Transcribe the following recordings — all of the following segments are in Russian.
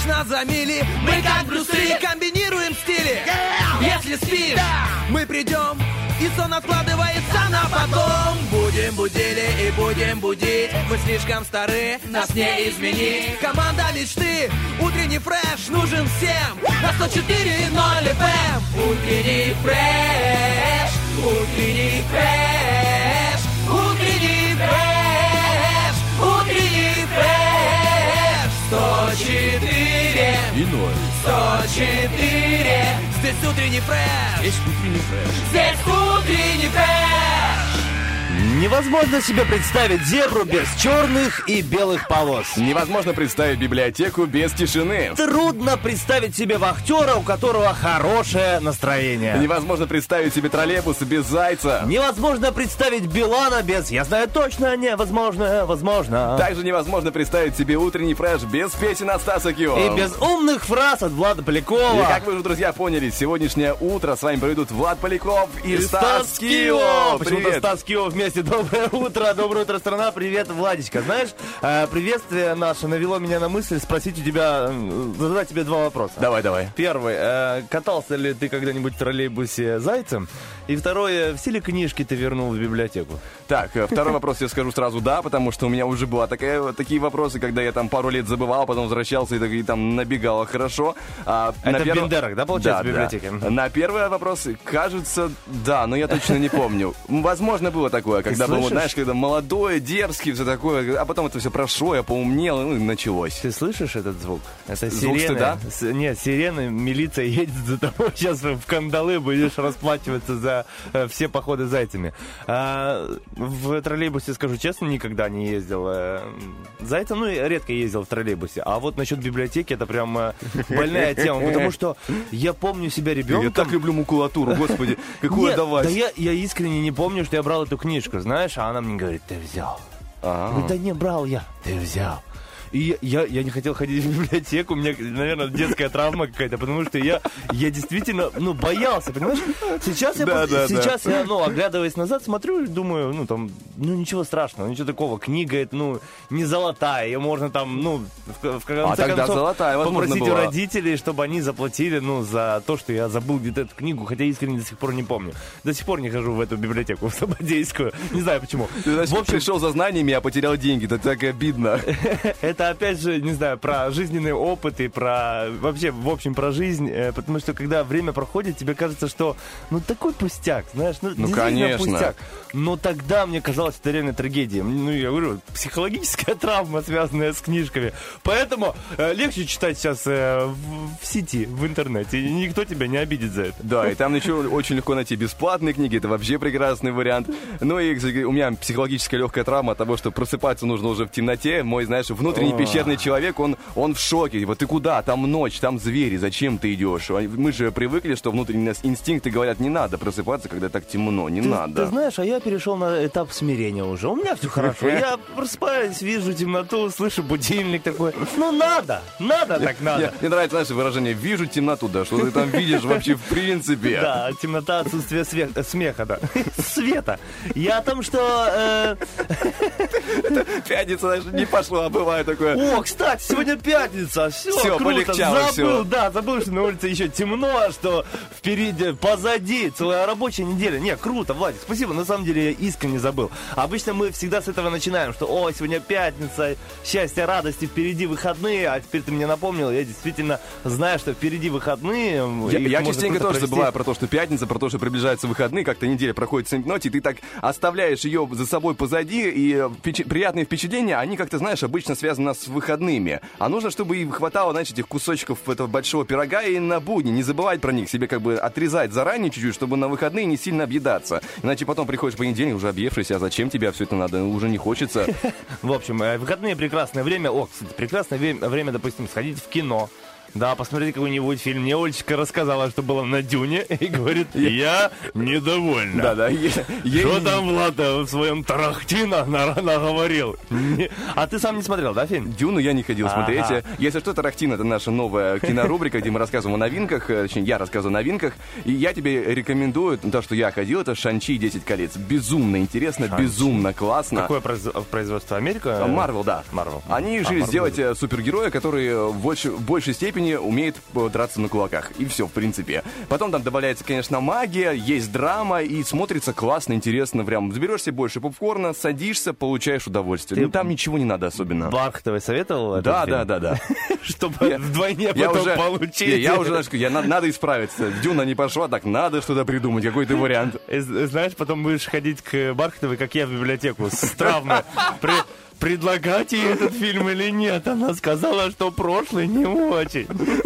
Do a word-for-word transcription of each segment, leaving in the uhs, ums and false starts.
нас за мили. Мы как Брюсы, комбинируем стили. Если спишь, мы придем, и сон откладывается на потом. Будем будили и будем будить. Мы слишком стары, нас не изменить. Команда мечты, утренний фреш нужен всем. На сто четыре ноль эф эм. Утренний фреш, утренний фреш, утренний фреш, утренний фреш. Сто четыре и ноль. Сто четыре. Здесь утренний фреш. Здесь утренний фреш. Здесь утренний фреш. Невозможно себе представить зебру без черных и белых полос. Невозможно представить библиотеку без тишины. Трудно представить себе вахтера, у которого хорошее настроение. Невозможно представить себе троллейбус без зайца. Невозможно представить Билана без «Я знаю точно, невозможно, возможно». Также невозможно представить себе утренний фреш без песен от Стаса Кио. И без умных фраз от Влада Полякова. И как вы уже, друзья, поняли, сегодняшнее утро с вами проведут Влад Поляков и, и Стас, Стас Кио. Почему-то Стас Кио вместе. Доброе утро, доброе утро, страна. Привет, Владечка. Знаешь, приветствие наше навело меня на мысль спросить у тебя, задать тебе два вопроса. Давай, давай. Первый, катался ли ты когда-нибудь в троллейбусе зайцем? И второе, все ли книжки ты вернул в библиотеку? Так, второй вопрос я скажу сразу да, потому что у меня уже была такая, такие вопросы, когда я там пару лет забывал, потом возвращался и, и там набегало хорошо. А, Это в перв... Бендерах, да, получается, да, в библиотеке? Да. На первый вопрос, кажется, да, но я точно не помню. Возможно, было такое, когда был, знаешь, когда молодой, дерзкий, все такое, а потом это все прошло, я поумнел, ну и началось. Ты слышишь этот звук? Это звук сирены. стыда? С... Нет, сирены, милиция едет за тобой, сейчас в кандалы будешь расплачиваться за все походы зайцами. А, в троллейбусе, скажу честно, никогда не ездил зайцем, ну, редко ездил в троллейбусе. А вот насчет библиотеки, это прям больная тема, потому что я помню себя ребенком. Я так люблю макулатуру, господи, какую Нет, давать. Да я, я искренне не помню, что я брал эту книжку, знаешь, а она мне говорит, ты взял. Я говорю, да не брал я, ты взял. И я, я не хотел ходить в библиотеку, у меня, наверное, детская травма какая-то, потому что я, я действительно, ну, боялся, понимаешь? Сейчас я, да, да, сейчас да. я, ну, оглядываясь назад, смотрю и думаю, ну, там, ну, ничего страшного, ничего такого. Книга, это, ну, не золотая, ее можно там, ну, в, в конце а тогда концов, золотая, возможно, попросить была. у родителей, чтобы они заплатили, ну, за то, что я забыл где-то эту книгу, хотя искренне до сих пор не помню. До сих пор не хожу в эту библиотеку, в Слободейскую, не знаю почему. Ты, значит, в общем, пришел за знаниями, а потерял деньги, это так обидно. Это, опять же, не знаю, про жизненный опыт и про вообще, в общем, про жизнь, э, потому что когда время проходит, тебе кажется, что ну такой пустяк, знаешь, ну, ну конечно, пустяк. Но тогда мне казалось, это реально трагедия. Ну, я говорю, психологическая травма, связанная с книжками. Поэтому э, легче читать сейчас э, в, в сети, в интернете, и никто тебя не обидит за это. Да, и там еще очень легко найти бесплатные книги, это вообще прекрасный вариант. Ну и у меня психологическая легкая травма от того, что просыпаться нужно уже в темноте. Мой, знаешь, внутренний пещерный человек, он, он в шоке. Вот ты куда? Там ночь, там звери, зачем ты идешь? Мы же привыкли, что внутренние инстинкты говорят, не надо просыпаться, когда так темно, не ты, надо. Ты знаешь, а я перешел на этап смирения уже. У меня все хорошо. Я просыпаюсь, вижу темноту, слышу будильник такой. Ну надо, надо так надо. Мне нравится наше выражение «вижу темноту», да, что ты там видишь вообще в принципе. Да, темнота, отсутствие смеха, да. Света. Я о том, что... Пятница, знаешь, не пошло, а бывает такое. О, кстати, сегодня пятница. Все, все круто. Полегчало, забыл, все. Да, забыл, что на улице еще темно, что впереди, позади целая рабочая неделя. Не, круто, Владик, спасибо. На самом деле я искренне забыл. Обычно мы всегда с этого начинаем, что о, сегодня пятница, счастье, радости, впереди выходные. А теперь ты мне напомнил, я действительно знаю, что впереди выходные. Я, я частенько тоже провести. забываю про то, что пятница, про то, что приближаются выходные, как-то неделя проходит в ноте, и ты так оставляешь ее за собой позади, и впеч... приятные впечатления, они как-то, знаешь, обычно связаны с выходными. А нужно, чтобы им хватало, знаешь, этих кусочков этого большого пирога и на будни. Не забывать про них, себе как бы отрезать заранее чуть-чуть, чтобы на выходные не сильно объедаться. Иначе потом приходишь в понедельник, уже объевшийся, а зачем тебе все это надо? Уже не хочется. В общем, выходные прекрасное время. О, кстати, прекрасное время, допустим, сходить в кино. Да, посмотрите какой-нибудь фильм. Мне Олечка рассказала, что было на Дюне, и говорит, я недовольна. Да, да. Что там Влад в своем Тарахтино наговорил? А ты сам не смотрел, да, фильм? Дюну я не ходил смотреть. Если что, Тарахтино — это наша новая кинорубрика, где мы рассказываем о новинках, точнее, я рассказываю о новинках, и я тебе рекомендую то, что я ходил, это «Шан-Чи и десять колец». Безумно интересно, Шан-Чи. Безумно классно. Какое производство? Америка? Марвел, да. Марвел. Они решили а, сделать Marvel. супергероя, который в больш, большей степени умеет драться на кулаках. И все, в принципе. Потом там добавляется, конечно, магия, есть драма, и смотрится классно, интересно. Прям заберешь себе больше попкорна, садишься, получаешь удовольствие. Ты ну, там ничего не надо особенно. Бархатовый советовал этот Да, фильм? да, да, да. Чтобы вдвойне потом получить. Я уже, надо исправиться. Дюна не пошла, так надо что-то придумать, какой-то вариант. Знаешь, потом будешь ходить к Бархатовой, как я, в библиотеку с травмой. Предлагать ей этот фильм или нет? Она сказала, что прошлый не очень.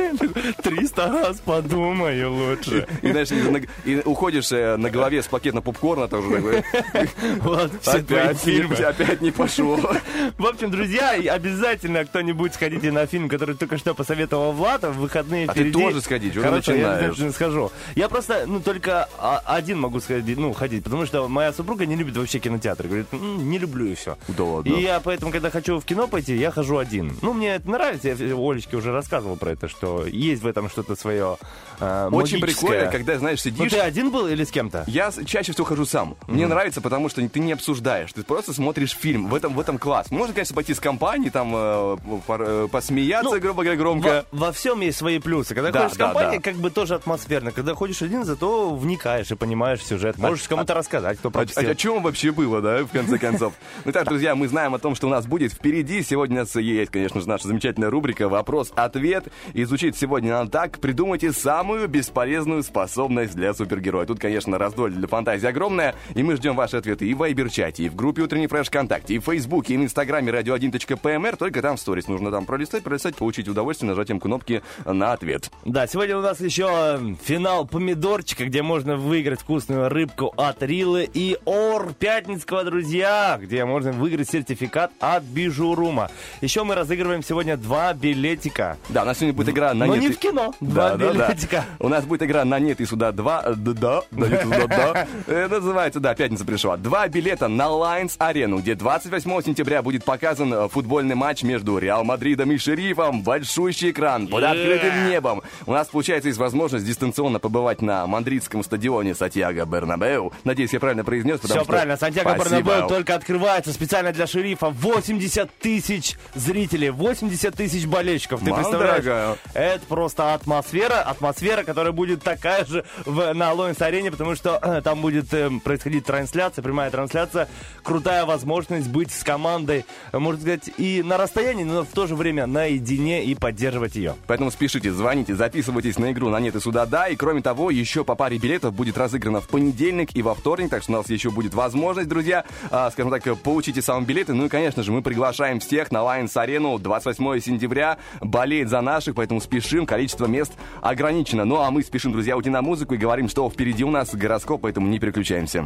Триста раз подумаю лучше. И, знаешь, и, и уходишь э, на голове с пакетом попкорна, тоже такой. Вот, все твои фильмы. Опять не пошло. В общем, друзья, обязательно кто-нибудь сходите на фильм, который только что посоветовал Влад, в выходные а впереди. А ты тоже сходи, уже Хорошо, начинаешь. Я схожу. Я просто, ну, только один могу сходить, ну, ходить, потому что моя супруга не любит вообще кинотеатр. Говорит, не люблю и все. Да ладно. И я поэтому, когда хочу в кино пойти, я хожу один. Ну, мне это нравится, я Олечке уже рассказывал про это, что есть в этом что-то свое э, Очень магическое. прикольно, когда, знаешь, сидишь... Ну, ты один был или с кем-то? Я чаще всего хожу сам. Mm-hmm. Мне нравится, потому что ты не обсуждаешь, ты просто смотришь фильм. В этом, в этом класс. Можно, конечно, пойти с компанией, там, э, э, посмеяться, ну, грубо говоря, громко. Во, во всем есть свои плюсы. Когда да, ходишь с да, компанией, да. как бы тоже атмосферно. Когда ходишь один, зато вникаешь и понимаешь сюжет. Можешь а, кому-то а, рассказать, кто пропустил. А, а, о чем вообще было, да, в конце концов? Ну так, друзья, мы знаем о том, что у нас будет впереди. Сегодня у нас есть, конечно же, наша замечательная рубрика «Вопрос-ответ». И звучит сегодня она так: придумайте самую бесполезную способность для супергероя. Тут, конечно, раздолье для фантазии огромное, и мы ждем ваши ответы и в Вайбер-чате, и в группе «Утренний фреш» ВКонтакте, и в Фейсбуке, и в Инстаграме радио один точка пи эм эр, только там в сторис. Нужно там пролистать, пролистать, получить удовольствие нажатием кнопки на ответ. Да, сегодня у нас еще финал помидорчика, где можно выиграть вкусную рыбку от Рилы, и Ор Пятницкого, друзья, где можно выиграть сертификат от Бижурума. Еще мы разыгрываем сегодня два билетика. Да, у нас сегодня будет игра на Но нет. не в кино. Два да, билетика. Да, да. У нас будет игра на нет и сюда два. Да, да, нет и сюда да. Это называется, да, пятница пришла. Два билета на Lions Арену, где двадцать восьмого сентября будет показан футбольный матч между Реал Мадридом и Шерифом. Большущий экран под открытым небом. У нас, получается, есть возможность дистанционно побывать на мадридском стадионе Сантьяго Бернабеу. Надеюсь, я правильно произнес. Все правильно. Сантьяго Бернабеу только открывается специально для Шерифа. восемьдесят тысяч зрителей, восемьдесят тысяч болельщиков. Ты Мам, представляешь? дорогая. Это просто атмосфера, атмосфера, которая будет такая же в, на Лоинс-арене, потому что э, там будет э, происходить трансляция, прямая трансляция, крутая возможность быть с командой, э, можно сказать, и на расстоянии, но в то же время наедине и поддерживать ее. Поэтому спешите, звоните, записывайтесь на игру на нет и сюда да, и кроме того, еще по паре билетов будет разыграно в понедельник и во вторник, так что у нас еще будет возможность, друзья, э, скажем так, получите сам билеты, ну и, конечно же, мы приглашаем всех на Lions-арену двадцать восьмого сентября, болеть за наших, поэтому спешим, количество мест ограничено. Ну а мы спешим, друзья, уйти на музыку и говорим, что впереди у нас гороскоп, поэтому не переключаемся.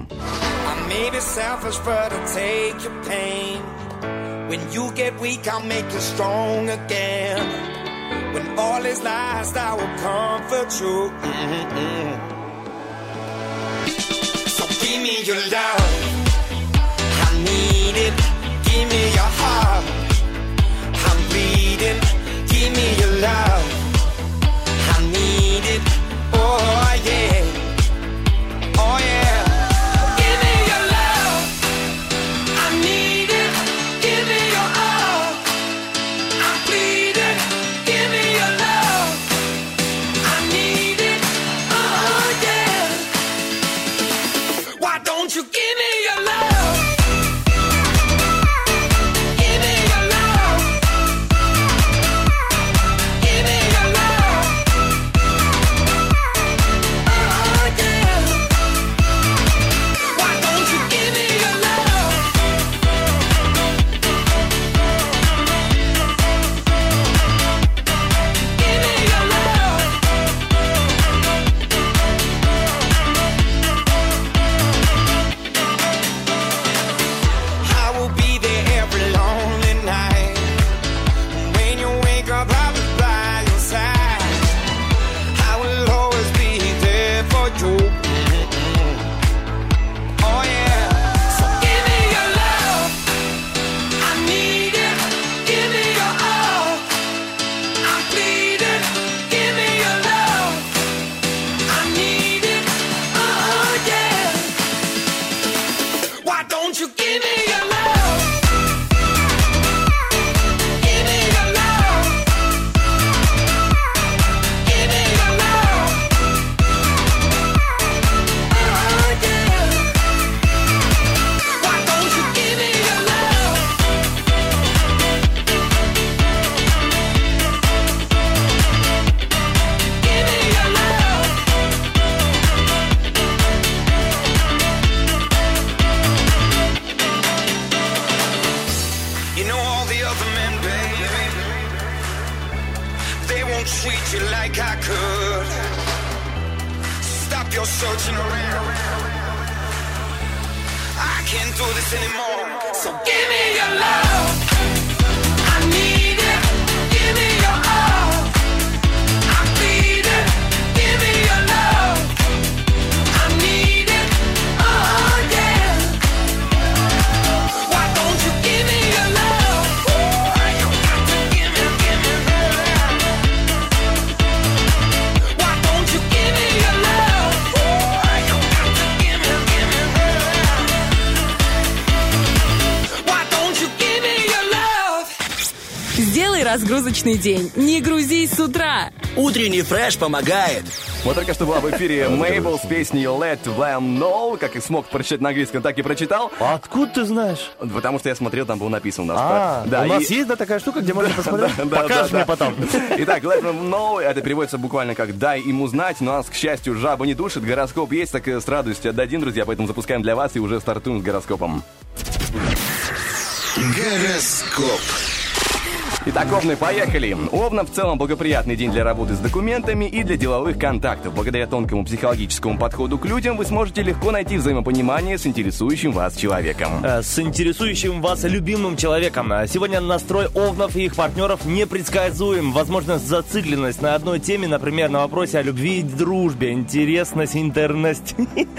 Give me your heart, I'm bleeding. Give me your love, I need it. Oh yeah, oh yeah. Give me your love, I need it. Give me your all, I'm bleeding. Give me your love, I need it. Oh yeah. Why don't you give me your love? don't you give me your love? Give me your love. Give me your love. Oh yeah. Why don't you give me your love? Give me your love. You know all the other men, baby, they won't treat you like I could. Stop your searching around. I can't do this anymore. So give me your love. I need it. Give me your all. I need it. Give me your love. I need it. Oh yeah. Why don't you give me your love? Ooh, you got to give me, give me love. Why don't you give me your love? Ooh, you got to give me, give me love. Why don't you give me your love? Сделай разгрузочный день. Не грузись с утра. Утренний фреш помогает. Вот только что была в эфире Мейбл с песней Let Them Know. Как и смог прочитать на английском, так и прочитал. А откуда ты знаешь? Потому что я смотрел, там было написано у нас. А, да, у нас и- есть, да, такая штука, где можно посмотреть? Да, да, Покажешь да, мне да. потом. Итак, let them know, это переводится буквально как «дай им узнать», но нас, к счастью, жаба не душит, гороскоп есть, так с радостью отдадим, друзья, поэтому запускаем для вас и уже стартуем с гороскопом. Гороскоп. Итак, Овны, поехали. Овна в целом благоприятный день для работы с документами и для деловых контактов. Благодаря тонкому психологическому подходу к людям вы сможете легко найти взаимопонимание с интересующим вас человеком. Э, С интересующим вас любимым человеком. А Сегодня настрой овнов и их партнеров непредсказуем. Возможно, зацикленность на одной теме, например, на вопросе о любви и дружбе. Интересность, интерность,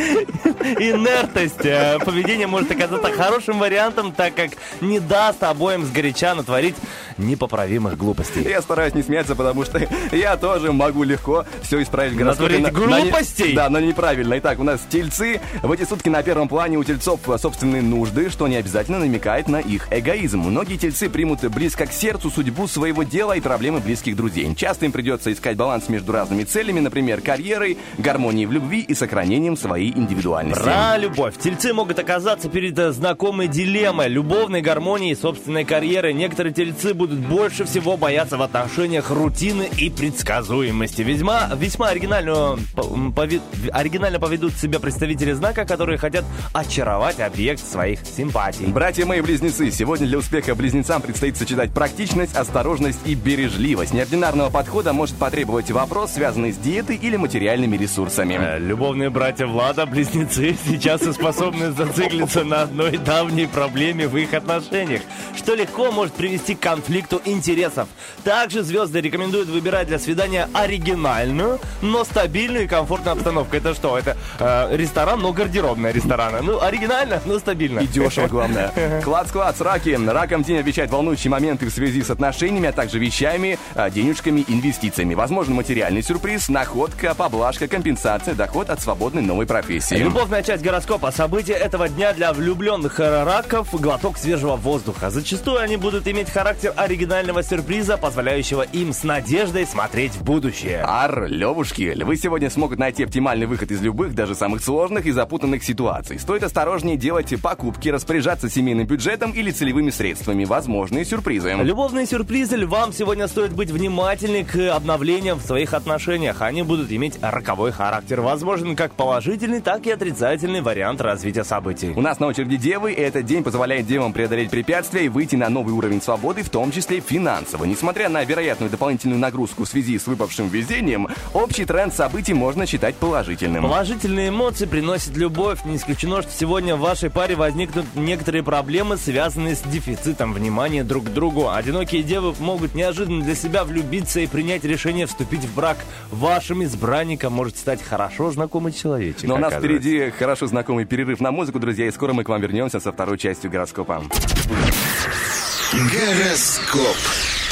инертность. Э, Поведение может оказаться хорошим вариантом, так как не даст обоим сгоряча натворить непоправимых глупостей. Я стараюсь не смеяться, потому что я тоже могу легко все исправить в гороскопе. Натворить на- на не- глупостей? Да, но неправильно. Итак, у нас тельцы. В эти сутки на первом плане у тельцов собственные нужды, что не обязательно намекает на их эгоизм. Многие тельцы примут близко к сердцу судьбу своего дела и проблемы близких друзей. Часто им придется искать баланс между разными целями, например, карьерой, гармонией в любви и сохранением своей индивидуальности. Про любовь. Тельцы могут оказаться перед э, знакомой дилеммой любовной гармонии и собственной карьеры. Некоторые тельцы будут больше всего бояться в отношениях рутины и предсказуемости. Весьма, весьма оригинально, по- пови- оригинально поведут себя представители знака, которые хотят очаровать объект своих симпатий. Братья мои близнецы, сегодня для успеха близнецам предстоит сочетать практичность, осторожность и бережливость. Неординарного подхода может потребовать вопрос, связанный с диетой или материальными ресурсами. Э, Любовные братья Влада, близнецы, сейчас и способны зациклиться на одной давней проблеме в их отношениях, что легко может привести к конфликту интересов. Также звезды рекомендуют выбирать для свидания оригинальную, но стабильную и комфортную обстановку. Это что? Это э, ресторан, но гардеробная ресторана. Ну, оригинально, но стабильно. И дешево, главное. Клац-клац, раки. Ракам день обещает волнующие моменты в связи с отношениями, а также вещами, а, денежками, инвестициями. Возможно, материальный сюрприз, находка, поблажка, компенсация, доход от свободной новой профессии. Любовная часть гороскопа. События этого дня для влюбленных раков — глоток свежего воздуха. Зачастую они будут иметь характер оригинального сюрприза, позволяющего им с надеждой смотреть в будущее. Ар, левушки, львы сегодня смогут найти оптимальный выход из любых, даже самых сложных и запутанных ситуаций. Стоит осторожнее делать покупки, распоряжаться семейным бюджетом или целевыми средствами. Возможные сюрпризы. Любовные сюрпризы. Львам сегодня стоит быть внимательны к обновлениям в своих отношениях. Они будут иметь роковой характер. Возможен как положительный, так и отрицательный вариант развития событий. У нас на очереди девы, и этот день позволяет девам преодолеть препятствия и выйти на новый уровень свободы, в том числе финансово. Несмотря на вероятную дополнительную нагрузку в связи с выпавшим везением, общий тренд событий можно считать положительным. Положительные эмоции приносят любовь. Не исключено, что сегодня в вашей паре возникнут некоторые проблемы, связанные с дефицитом внимания друг к другу. Одинокие девы могут неожиданно для себя влюбиться и принять решение вступить в брак. Вашим избранником может стать хорошо знакомый человечек. Но у нас оказывается. впереди хорошо знакомый перерыв на музыку, друзья, и скоро мы к вам вернемся со второй частью гороскопа. Гороскоп.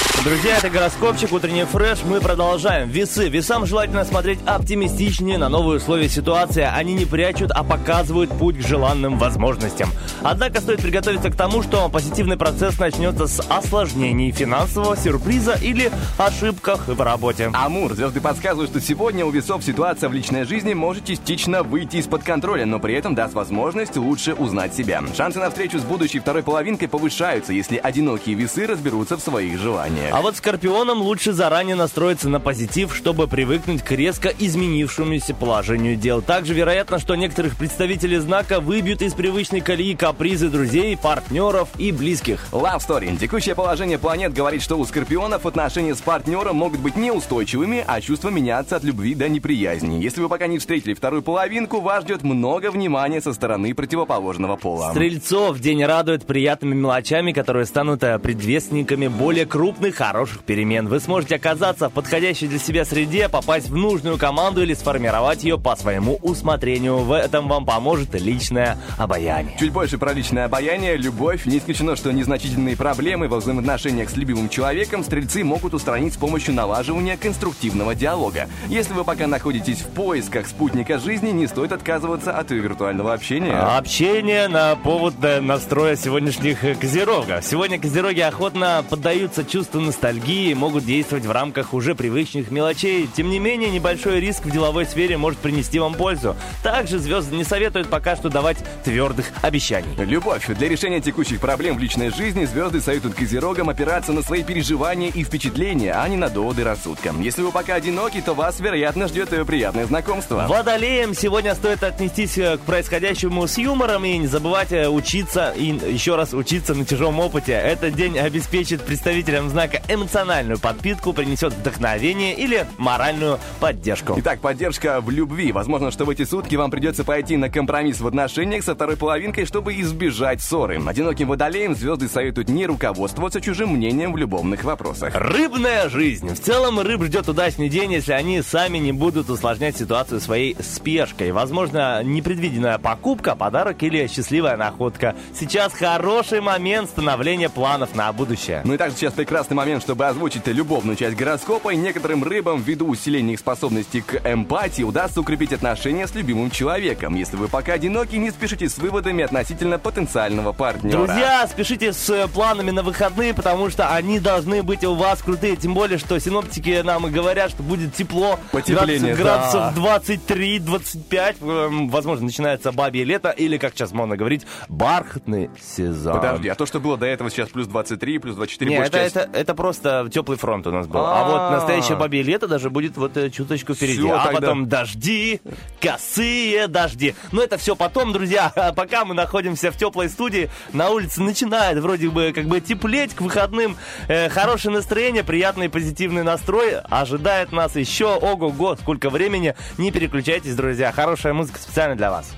Друзья, это гороскопчик, утренний фреш. Мы продолжаем. Весы. Весам желательно смотреть оптимистичнее на новые условия ситуации. Они не прячут, а показывают путь к желанным возможностям. Однако стоит приготовиться к тому, что позитивный процесс начнется с осложнений финансового сюрприза или ошибках в работе. Амур. Звезды подсказывают, что сегодня у весов ситуация в личной жизни может частично выйти из-под контроля, но при этом даст возможность лучше узнать себя. Шансы на встречу с будущей второй половинкой повышаются, если одинокие весы разберутся в своих желаниях. А вот скорпионам лучше заранее настроиться на позитив, чтобы привыкнуть к резко изменившемуся положению дел. Также вероятно, что некоторых представителей знака выбьют из привычной колеи капризы друзей, партнеров и близких. Love Story. Текущее положение планет говорит, что у скорпионов отношения с партнером могут быть неустойчивыми, а чувства меняться от любви до неприязни. Если вы пока не встретили вторую половинку, вас ждет много внимания со стороны противоположного пола. Стрельцов день радует приятными мелочами, которые станут предвестниками более крупных хороших перемен. Вы сможете оказаться в подходящей для себя среде, попасть в нужную команду или сформировать ее по своему усмотрению. В этом вам поможет личное обаяние. Чуть больше про личное обаяние, любовь. Не исключено, что незначительные проблемы во взаимоотношениях с любимым человеком стрельцы могут устранить с помощью налаживания конструктивного диалога. Если вы пока находитесь в поисках спутника жизни, не стоит отказываться от виртуального общения. Общение на повод настроя сегодняшних козерогов. Сегодня козероги охотно поддаются чувству ностальгии, могут действовать в рамках уже привычных мелочей. Тем не менее, небольшой риск в деловой сфере может принести вам пользу. Также звезды не советуют пока что давать твердых обещаний. Любовь. Для решения текущих проблем в личной жизни звезды советуют козерогам опираться на свои переживания и впечатления, а не на доводы рассудка. Если вы пока одиноки, то вас, вероятно, ждет приятное знакомство. Водолеям сегодня стоит отнестись к происходящему с юмором и не забывать учиться и еще раз учиться на чужом опыте. Этот день обеспечит представителям знака эмоциональную подпитку, принесет вдохновение или моральную поддержку. Итак, поддержка в любви. Возможно, что в эти сутки вам придется пойти на компромисс в отношениях со второй половинкой, чтобы избежать ссоры. Одиноким водолеям звезды советуют не руководствоваться чужим мнением в любовных вопросах. Рыбная жизнь. В целом рыб ждет удачный день, если они сами не будут усложнять ситуацию своей спешкой. Возможно, непредвиденная покупка, подарок или счастливая находка. Сейчас хороший момент становления планов на будущее. Ну и также сейчас прекрасный момент, чтобы озвучить любовную часть гороскопа. И некоторым рыбам, ввиду усиления их способностей к эмпатии, удастся укрепить отношения с любимым человеком. Если вы пока одиноки, не спешите с выводами относительно потенциального партнера. Друзья, спешите с планами на выходные, потому что они должны быть у вас крутые. Тем более, что синоптики нам говорят, что будет тепло. Потепление, градусов да. двадцать три двадцать пять. Возможно, начинается бабье лето или, как сейчас можно говорить, бархатный сезон. Подожди, а то, что было до этого, сейчас плюс двадцать три, плюс двадцать четыре. Нет, это, часть... это, это просто теплый фронт у нас был. А, а вот настоящее бабье лето даже будет вот чуточку впереди. Все, а тогда... потом дожди, косые дожди. Но это все потом, друзья. А пока мы находимся в теплой студии, на улице начинает вроде бы как бы теплеть к выходным. Э, хорошее настроение, приятный позитивный настрой ожидает нас еще. Ого-го, сколько времени. Не переключайтесь, друзья. Хорошая музыка специально для вас.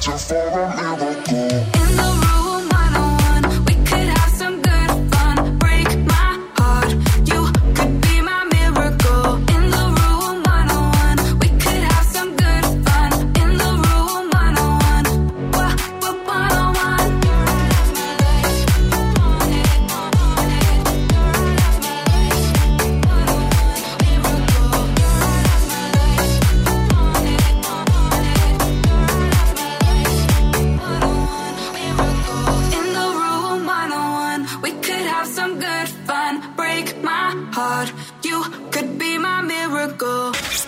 searching for a miracle. In the room one oh one, we could have some good fun. Break my heart, you could be my miracle. In the room one oh one, we could have some good fun. In the room one oh one, wha- wha- one oh one. In the room one oh one, we could have some good fun. Break my heart, you could be my miracle.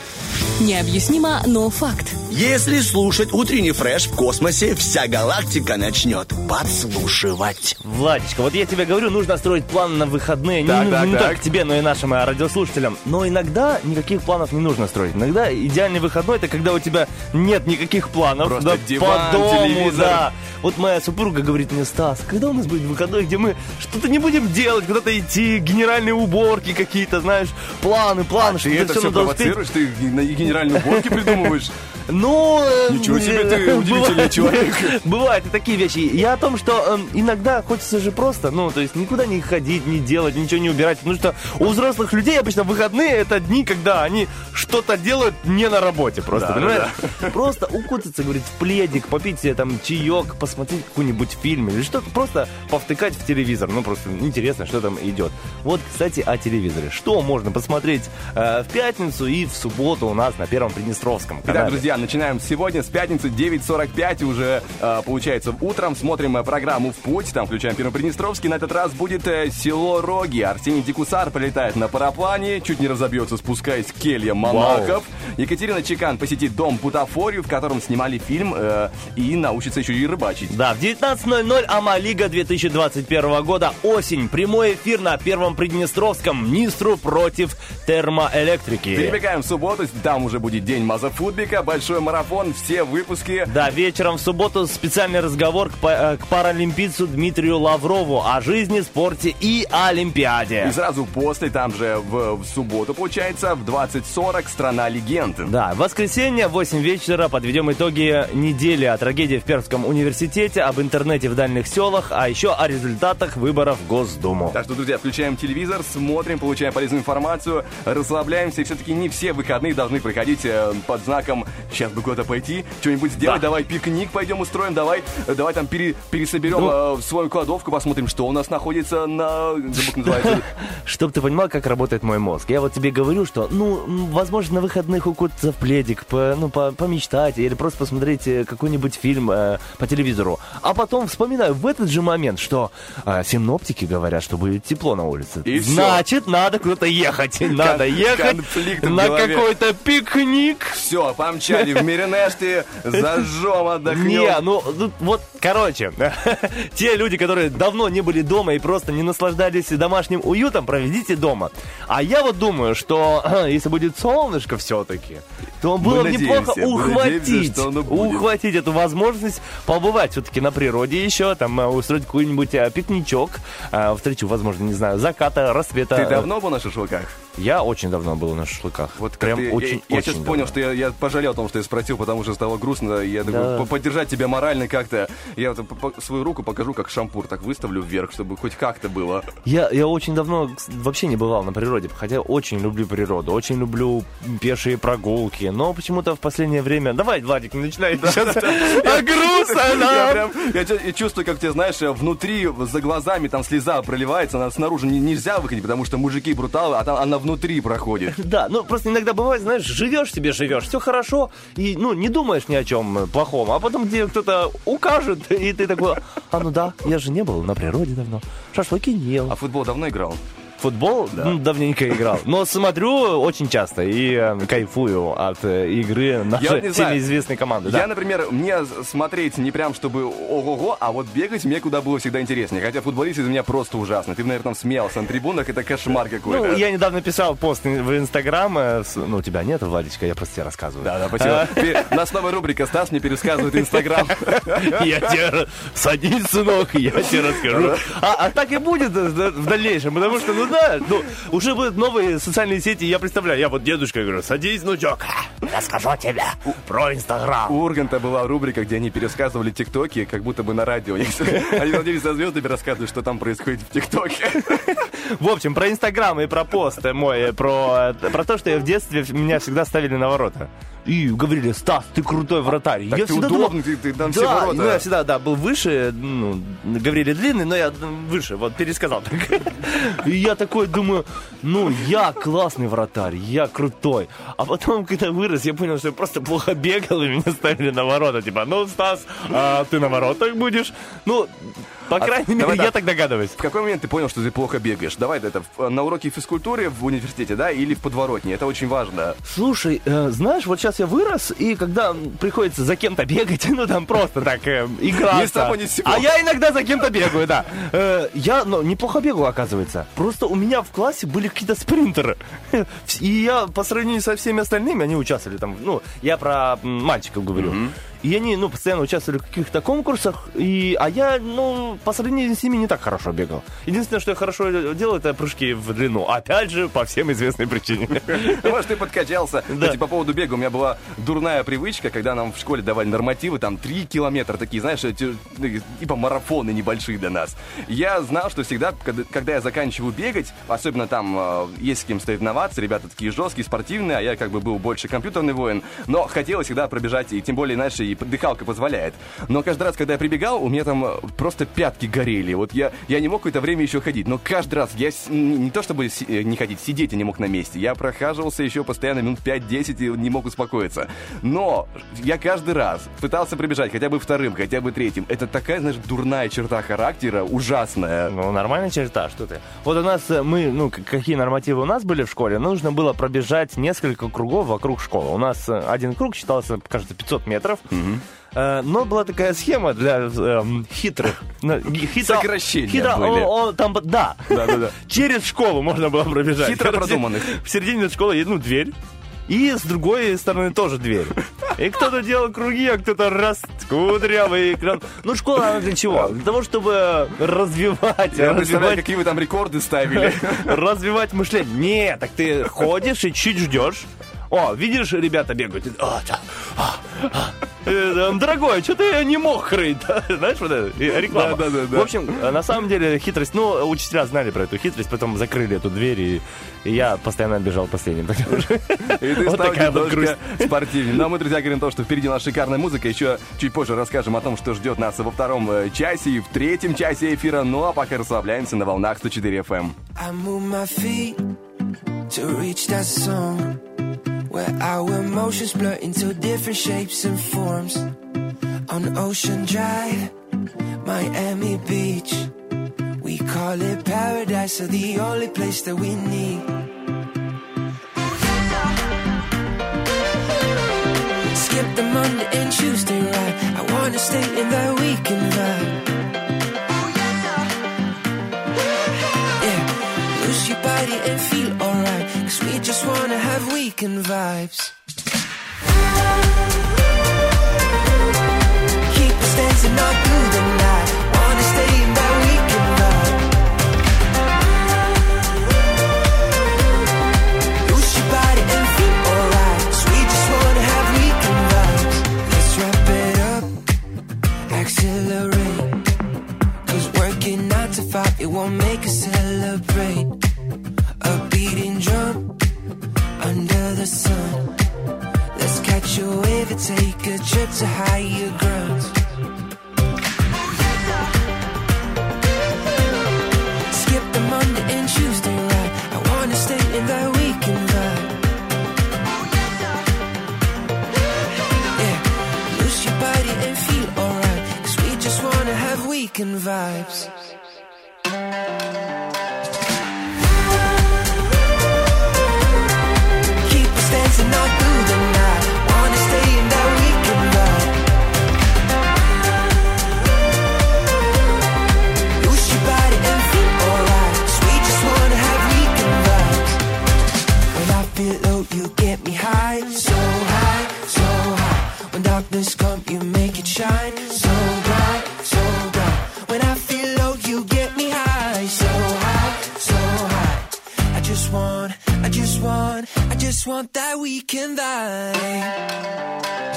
Необъяснимо, но факт. Если слушать утренний фреш, в космосе вся галактика начнет подслушивать. Владичка, вот я тебе говорю, нужно строить план на выходные. Так, не так, не так. только тебе, но и нашим э, радиослушателям. Но иногда никаких планов не нужно строить. Иногда идеальный выходной — это когда у тебя нет никаких планов. Просто да, диван, по дому, телевизор. да. Вот моя супруга говорит мне: Стас, когда у нас будет выходной, где мы что-то не будем делать, куда-то идти, генеральные уборки какие-то, знаешь, планы, планы, Ты это все провоцируешь, ты на генеральные уборки придумываешь. Ну... э, Ничего себе ты э, удивительный бывает- человек. Бывают и такие вещи. Я о том, что э, иногда хочется же просто, ну, то есть никуда не ходить, не делать, ничего не убирать. Потому что у взрослых людей обычно выходные — это дни, когда они что-то делают не на работе просто, Да, понимаешь? Просто укутаться, говорит, в пледик, попить себе там чаек, посмотреть какой-нибудь фильм или что-то, просто повтыкать в телевизор. Ну, просто интересно, что там идет. Вот, кстати, о телевизоре. Что можно посмотреть э, в пятницу и в субботу у нас на Первом Приднестровском канале? Итак, друзья, начинаем сегодня с пятницы, девять сорок пять уже, э, получается, утром. Смотрим э, программу «В путь», там включаем Первый Приднестровский. На этот раз будет э, село Роги. Арсений Дикусар полетает на параплане, чуть не разобьется, спускаясь к кельям монахов. Екатерина Чекан посетит дом Бутафорию, в котором снимали фильм, э, и научится еще и рыбачить. Да, в девятнадцать ноль ноль Ама-лига две тысячи двадцать первого года. Осень. Прямой эфир на Первом Приднестровском. Нистру против термоэлектрики. Перебегаем в субботу, там уже будет день Мазафутбика, большой марафон, все выпуски. Да, вечером в субботу специальный разговор к, па- э, к паралимпийцу Дмитрию Лаврову о жизни, спорте и Олимпиаде. И сразу после, там же в, в субботу, получается, в двадцать сорок «Страна легенд». Да, в воскресенье в восемь вечера подведем итоги недели о трагедии в Пермском университете, об интернете в дальних селах, а еще о результатах выборов в Госдуму. Так что, друзья, включаем телевизор, смотрим, получаем полезную информацию, расслабляемся. И все-таки не все выходные должны проходить э, под знаком «сейчас бы куда-то пойти, что-нибудь сделать, Да. давай пикник пойдем устроим, давай, э, давай там пере- пересоберем Ну. э, в свою кладовку, посмотрим, что у нас находится на... забыл, как называется. Чтоб ты понимал, как работает мой мозг. Я вот тебе говорю, что, ну, м, возможно, на выходных укутаться в пледик, по- ну, по- помечтать или просто посмотреть э, какой-нибудь фильм э, по телевизору. А потом вспоминаю в этот же момент, что э, синоптики говорят, что будет тепло на улице. И всё. Значит, надо куда-то ехать. Надо ехать конфликт в на голове. какой-то пикник. Все, помчали в Миренеште, зажжем, отдохнем. Не, ну, ну, вот, короче, те люди, которые давно не были дома и просто не наслаждались домашним уютом, проведите дома. А я вот думаю, что если будет солнышко все-таки, то было бы неплохо надеемся, мы надеемся, ухватить, что оно будет. ухватить эту возможность побывать все-таки на природе еще, там, э, устроить какой-нибудь э, пикничок, э, встречу, возможно, не знаю, заката, рассвета. Ты давно был на шашлыках? Я очень давно был на шашлыках. Вот прям как ты- очень, я, я очень сейчас понял, давно. что я, я пожалел о том, что я спросил, потому что стало грустно. Я Да. думаю, по- поддержать тебя морально как-то. Я вот по- по- свою руку покажу, как шампур, так выставлю вверх, чтобы хоть как-то было. Я, я очень давно кс- вообще не бывал на природе, хотя очень люблю природу, очень люблю пешие прогулки, но почему-то в последнее время... Давай, Владик, не начинай сейчас. А грустно Я нам! прям я, чё- я чувствую, как тебе, знаешь, внутри, за глазами там слеза проливается, она снаружи не- нельзя выходить, потому что мужики бруталы, а там она внутри проходит. Да, ну просто иногда бывает, знаешь, живешь себе, живешь, все хорошо, и, ну, не думаешь ни о чем плохом, а потом тебе кто-то укажет, и ты такой, а ну да, я же не был на природе давно, шашлыки не ел. А в футбол давно играл? Футбол ну, давненько играл, но смотрю очень часто и э, кайфую от э, игры Я вот нашей не всеми знаю. известной команды. Я, Да. например, мне смотреть не прям чтобы ого-го, а вот бегать мне куда было всегда интереснее. Хотя футболист из меня просто ужасный. Ты, наверное, там смеялся на трибунах, это кошмар какой-то. Ну, я недавно писал пост в Инстаграм. э, с- Ну, у тебя нет, Владичка, я просто тебе рассказываю. Да, да, спасибо. Теперь У нас новая рубрика «Стас мне пересказывает Инстаграм». Я тебе... Садись, сынок, я тебе расскажу. А, а так и будет в дальнейшем, потому что, ну, Ну да, ну, уже будут новые социальные сети, я представляю, я вот дедушка говорю, садись, внучок, расскажу тебе про Инстаграм. У Урганта была рубрика, где они пересказывали тиктоки, как будто бы на радио. Они садились со звездами, рассказывают, что там происходит в ТикТоке. В общем, про Инстаграм и про пост мой, про, про то, что я в детстве, меня всегда ставили на ворота. И говорили, Стас, ты крутой вратарь. Так я ты всегда удобный, думал, ты, ты там да, все ворота. ну я всегда, да, был выше, ну, говорили длинный, но я выше, вот, пересказал. И я такой думаю, ну, я классный вратарь, я крутой. А потом, когда вырос, я понял, что я просто плохо бегал, и меня ставили на ворота. Типа, ну, Стас, а ты на воротах будешь? Ну, по крайней мере, давай я так. так догадываюсь. В какой момент ты понял, что ты плохо бегаешь? Давай это в- на уроке физкультуры в университете, да, или в подворотне? Это очень важно. Слушай, э, знаешь, вот сейчас я вырос, и когда приходится за кем-то бегать, ну там просто так э, играться. Ни с того, ни с сего. А я иногда за кем-то бегаю, да. Э, я ну, неплохо бегаю, оказывается. Просто у меня в классе были какие-то спринтеры. И я по сравнению со всеми остальными, они участвовали там, ну, я про м, мальчиков говорю. И они, ну, постоянно участвовали в каких-то конкурсах, и, а я, ну, по сравнению с ними не так хорошо бегал. Единственное, что я хорошо делал, это прыжки в длину. Опять же, по всем известной причине. Может, ты подкачался. Да. Кстати, по поводу бега, у меня была дурная привычка, когда нам в школе давали нормативы, там, три километра, такие, знаешь, эти, ну, типа марафоны небольшие для нас. Я знал, что всегда, когда, когда я заканчиваю бегать, особенно там э, есть с кем соревноваться, ребята такие жесткие, спортивные, а я как бы был больше компьютерный воин, но хотелось всегда пробежать, и тем более, знаешь, и дыхалка позволяет. Но каждый раз, когда я прибегал, у меня там э, просто пятки горели. Вот я, я не мог какое-то время еще ходить, но каждый раз я с- не, не то чтобы си- э, не ходить, сидеть я не мог на месте. Я прохаживался еще постоянно минут пять-десять и не мог успокоиться. Но я каждый раз пытался пробежать хотя бы вторым, хотя бы третьим. Это такая, знаешь, дурная черта характера, ужасная. Ну, нормальная черта, что ты. Вот у нас, э, мы, ну, к- какие нормативы у нас были в школе, нужно было пробежать несколько кругов вокруг школы. У нас э, один круг считался, кажется, пятьсот метров. Э, Но была такая схема для эм, хитрых. ну, ги- хитро- Сокращения хитро- были. о- о, там, б- да. Да-да-да. Через школу можно было пробежать. Хитро Короче, продуманных. В середине школы есть, ну, дверь. И с другой стороны тоже дверь. И кто-то делал круги, а кто-то раз кудрявый экран. Ну, школа, она для чего? Для того, чтобы развивать, Я представляю, развивать, какие вы там рекорды ставили. развивать мышление. Нет, так ты ходишь и чуть ждешь. О, видишь, ребята бегают. И- О, да, а, а. Э, Дорогой, что ты не мокрый? Да, знаешь, вот это и реклама. Да, да, да, да. В общем, на самом деле хитрость, ну, учителя знали про эту хитрость, потом закрыли эту дверь, и, и я постоянно бежал последним. И ты Вот стал такая вот грусть. немножко спортивнее. Ну, а мы, друзья, говорим то, что впереди у нас шикарная музыка. Еще чуть позже расскажем о том, что ждет нас во втором э, часе и в третьем часе эфира. Ну, а пока расслабляемся на волнах сто четыре эф эм. I move my feet to reach that zone where our emotions blur into different shapes and forms. On Ocean Drive, Miami Beach, we call it paradise, or the only place that we need. Skip the Monday and Tuesday ride, I wanna stay in that weekend vibe. Yeah, lose your body and feel alright, cause we just wanna have weekend vibes. Keep us dancing all through the night, wanna stay in that weekend vibe. Lose your body and feel alright, cause we just wanna have weekend vibes. Let's wrap it up, accelerate, cause working nine to five, it won't make us celebrate. A beating drum under the sun. Let's catch a wave and take a trip to higher grounds. Skip the Monday and Tuesday ride, I wanna stay in that weekend vibe. Yeah, lose your body and feel alright, cause we just wanna have weekend vibes. Keep us dancing all through the night, wanna stay in that weekend vibe. Lose your body and feel alright, cause we just wanna have weekend vibes. When I feel low, you get me high, so high, so high. When darkness comes, you make it shine, so bright, so bright. When I feel low, just want that weekend vibe.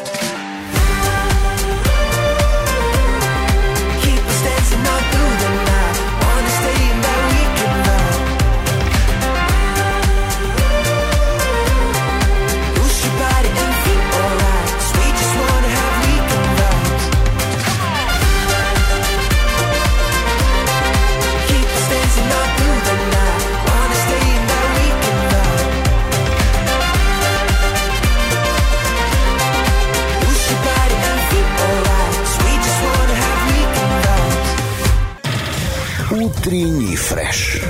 Утренний фреш.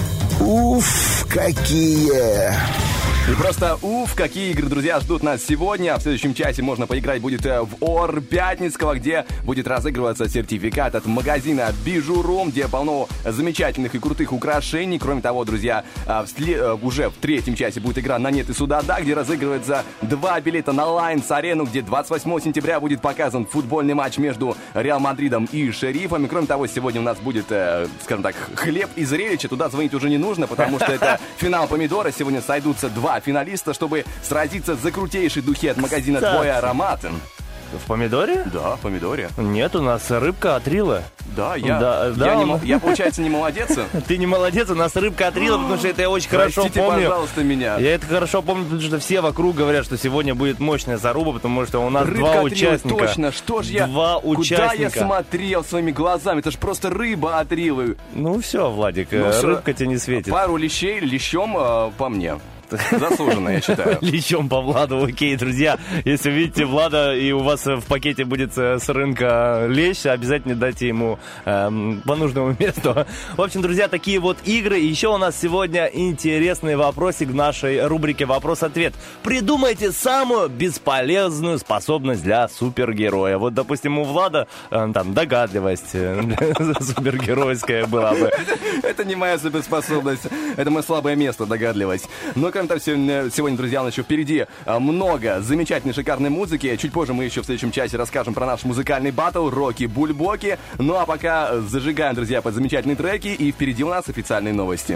Уф, какие... И просто уф, какие игры, друзья, ждут нас сегодня. В следующем часе можно поиграть будет в Ор Пятницкого, где будет разыгрываться сертификат от магазина Bijou.ru, где полно замечательных и крутых украшений. Кроме того, друзья, уже в третьем часе будет игра «На нет и суда да», где разыгрывается два билета на Лайнс-арену, где двадцать восьмого сентября будет показан футбольный матч между Реал Мадридом и Шерифами. Кроме того, сегодня у нас будет, скажем так, хлеб и зрелище. Туда звонить уже не нужно, потому что это финал помидора. Сегодня сойдутся два финалиста, чтобы сразиться за крутейшие духи от магазина «Твой аромат». В помидоре? Да, в помидоре. Нет, у нас рыбка от Рила. Да, я, да, я, да, не, он... я, получается, не молодец. Ты не молодец, у нас рыбка от Рила, потому что это я очень хорошо Простите, помню. пожалуйста, меня. Я это хорошо помню, потому что все вокруг говорят, что сегодня будет мощная заруба, потому что у нас рыбка два от участника. Рилы, точно, что ж я... Два Куда участника. я смотрел своими глазами? Это ж просто рыба от Рилы. Ну все, Владик, ну, рыбка тебе не светит. Пару лещей лещом э, по мне. Заслуженно, я считаю. Лечом по Владу, окей, друзья. Если видите Влада и у вас в пакете будет с рынка лещ, обязательно дайте ему эм, по нужному месту. В общем, друзья, такие вот игры. И еще у нас сегодня интересный вопросик в нашей рубрике «Вопрос-ответ». Придумайте самую бесполезную способность для супергероя. Вот, допустим, у Влада э, там догадливость супергеройская была бы. Это не моя суперспособность. Это мое слабое место, догадливость. Но кроме того, сегодня, друзья, у нас еще впереди много замечательной, шикарной музыки. Чуть позже мы еще в следующем часе расскажем про наш музыкальный баттл «Роки-бульбоки». Ну а пока зажигаем, друзья, под замечательные треки. И впереди у нас официальные новости.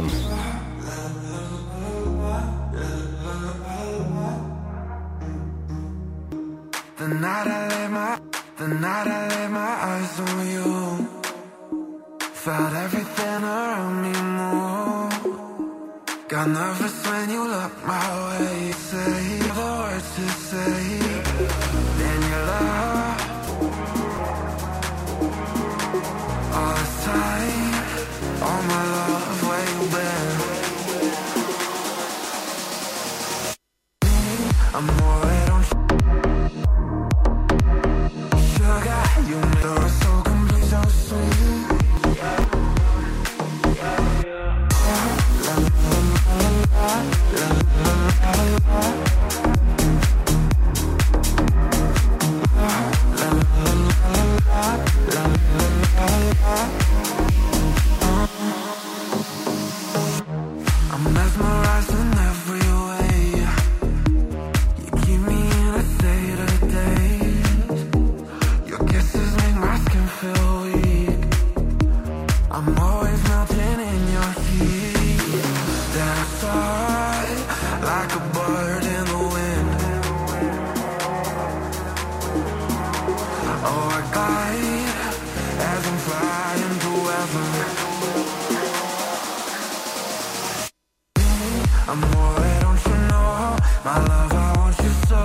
Got nervous when you look my way. Say the words to say, then you love. All this time, all my love, where you been? I'm worried on sugar. You make the rest so complete, so sweet. I'm mesmerized in every way. You keep me in a state of daze. Your kisses make my skin feel weak. I'm always melting in your heat. Then I soar like a bird in the wind. Oh, I glide as I'm flying to heaven. I'm worried, don't you know? My love, I want you so.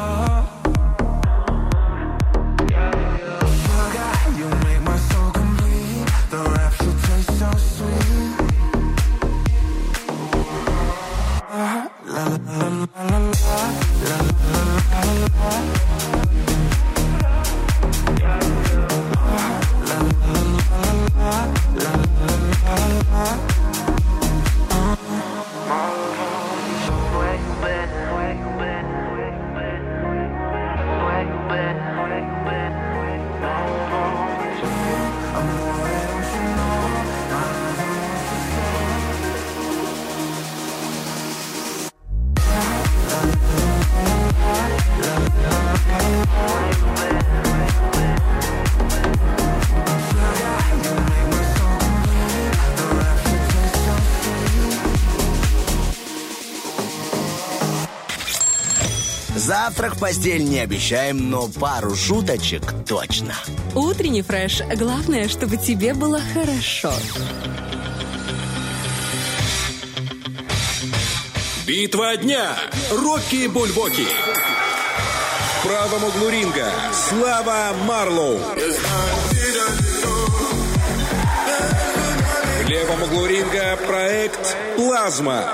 Sugar, you make my soul complete. The rapture tastes so sweet. Завтрак в постель не обещаем, но пару шуточек точно. Утренний фреш. Главное, чтобы тебе было хорошо. Битва дня. Рокки Бульбоки. В правом углу ринга Слава Марлоу. В левом углу ринга проект «Плазма».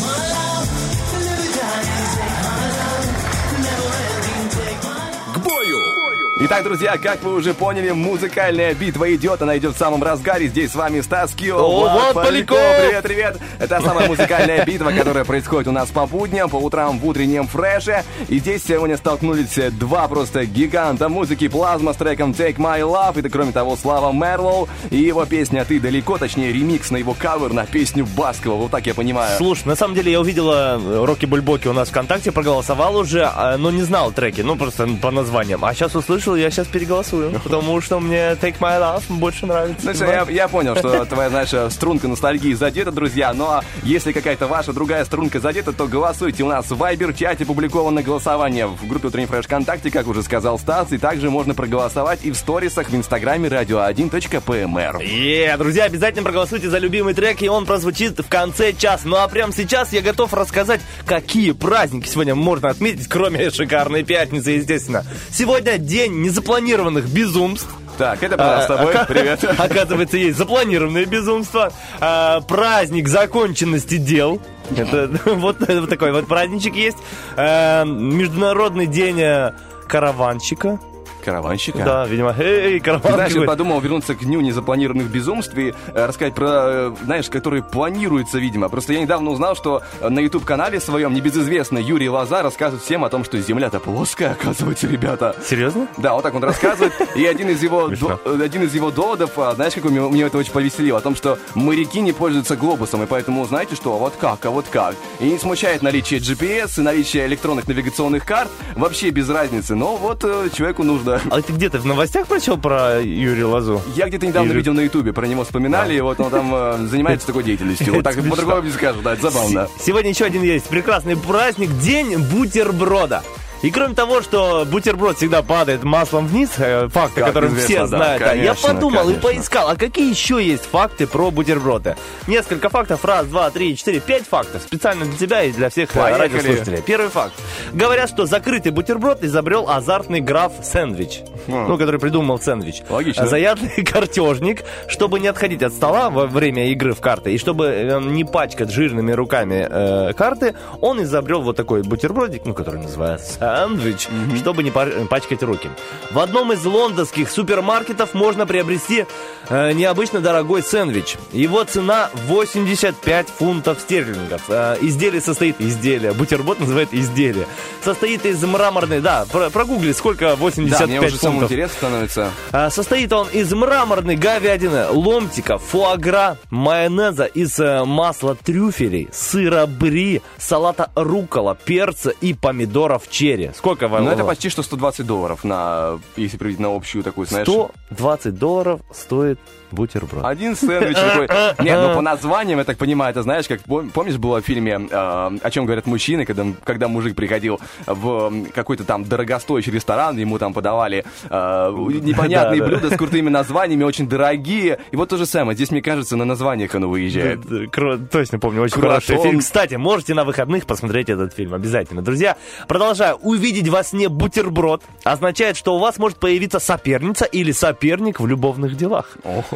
К бою! Итак, друзья, как вы уже поняли, музыкальная битва идет, она идет в самом разгаре. Здесь с вами Стас Кио, Влад Поляков. Привет, привет. Это самая музыкальная битва, которая происходит у нас по будням, по утрам в утреннем фреше. И здесь сегодня столкнулись два просто гиганта музыки. Плазма с треком Take My Love. И, кроме того, Слава Мерлоу и его песня «Ты далеко», точнее, ремикс на его кавер на песню Баскова. Вот так я понимаю. Слушай, на самом деле я увидела Рокки Бульбоки у нас ВКонтакте, проголосовал уже, но не знал треки, ну просто по названиям. А сейчас услышал, я сейчас переголосую, потому что мне Take My Love больше нравится. Слушай, я, я понял, что твоя, знаешь, струнка ностальгии задета, друзья, но если какая-то ваша другая струнка задета, то голосуйте. У нас в Вайбер-чате публиковано голосование в группе «Утренний фреш» ВКонтакте, как уже сказал Стас, и также можно проголосовать и в сторисах в инстаграме радио один точка пи эм эр. Е, друзья, обязательно проголосуйте за любимый трек, и он прозвучит в конце часа. Ну а прямо сейчас я готов рассказать, какие праздники сегодня можно отметить, кроме шикарной пятницы, естественно. Сегодня день незапланированных безумств. Так, это про нас с тобой. А, Привет. Оказывается, есть запланированные безумства. А, праздник законченности дел. Это вот, вот такой вот праздничек есть. А, Международный день караванщика. Караванщика? Да, видимо. Эй, караван. Знаешь, я подумал вернуться к дню незапланированных безумств и э, рассказать про, э, знаешь, которые планируются, видимо. Просто я недавно узнал, что на YouTube-канале своем небезызвестный Юрий Лоза рассказывает всем о том, что Земля-то плоская, оказывается, ребята. Серьезно? Да, вот так он рассказывает. И один из его, до, один из его доводов, знаешь, как меня, меня это очень повеселило, о том, что моряки не пользуются глобусом, и поэтому, знаете что, вот как, а вот как. И не смущает наличие джи пи эс и наличие электронных навигационных карт, вообще без разницы, но вот э, человеку нужно. А ты где-то в новостях прочел про Юрия Лозу? Я где-то недавно Юрий... видел на Ютубе, про него вспоминали, и вот он там э, занимается такой деятельностью. Вот так по-другому не скажу, да, это забавно. Сегодня еще один есть прекрасный праздник, День бутерброда. И кроме того, что бутерброд всегда падает маслом вниз, факты, которые все знают, да, я подумал конечно. и поискал, а какие еще есть факты про бутерброды? Несколько фактов, раз, два, три, четыре, пять фактов, специально для тебя и для всех Поехали. радиослушателей. Первый факт. Говорят, что закрытый бутерброд изобрел азартный граф Сэндвич, mm. ну, который придумал сэндвич. Логично. Заядлый картежник, чтобы не отходить от стола во время игры в карты, и чтобы э, не пачкать жирными руками э, карты, он изобрел вот такой бутербродик, ну, который называется сэндвич, mm-hmm. чтобы не пачкать руки. В одном из лондонских супермаркетов можно приобрести э, необычно дорогой сэндвич. Его цена восемьдесят пять фунтов стерлингов. Э, изделие состоит... Изделие. Бутерброд называют изделие. Состоит из мраморной... Да, про, прогугли, сколько восемьдесят пять да, мне уже фунтов. самому интересно становится. Э, состоит он из мраморной говядины, ломтика, фуагра, майонеза, из э, масла трюфелей, сыра бри, салата руккола, перца и помидоров черри. Сколько вам? Ну, это почти что сто двадцать долларов, на, если привести на общую такую, знаешь... сто двадцать долларов стоит бутерброд. Один сэндвич такой. Нет, ну по названиям, я так понимаю, это знаешь, как помнишь, было в фильме э, «О чем говорят мужчины», когда, когда мужик приходил в какой-то там дорогостоящий ресторан, ему там подавали э, непонятные блюда с крутыми названиями, очень дорогие. И вот то же самое. Здесь, мне кажется, на названиях оно выезжает. Точно помню, очень хороший фильм. Кстати, можете на выходных посмотреть этот фильм обязательно. Друзья, продолжаю. Увидеть во сне бутерброд означает, что у вас может появиться соперница или соперник в любовных делах.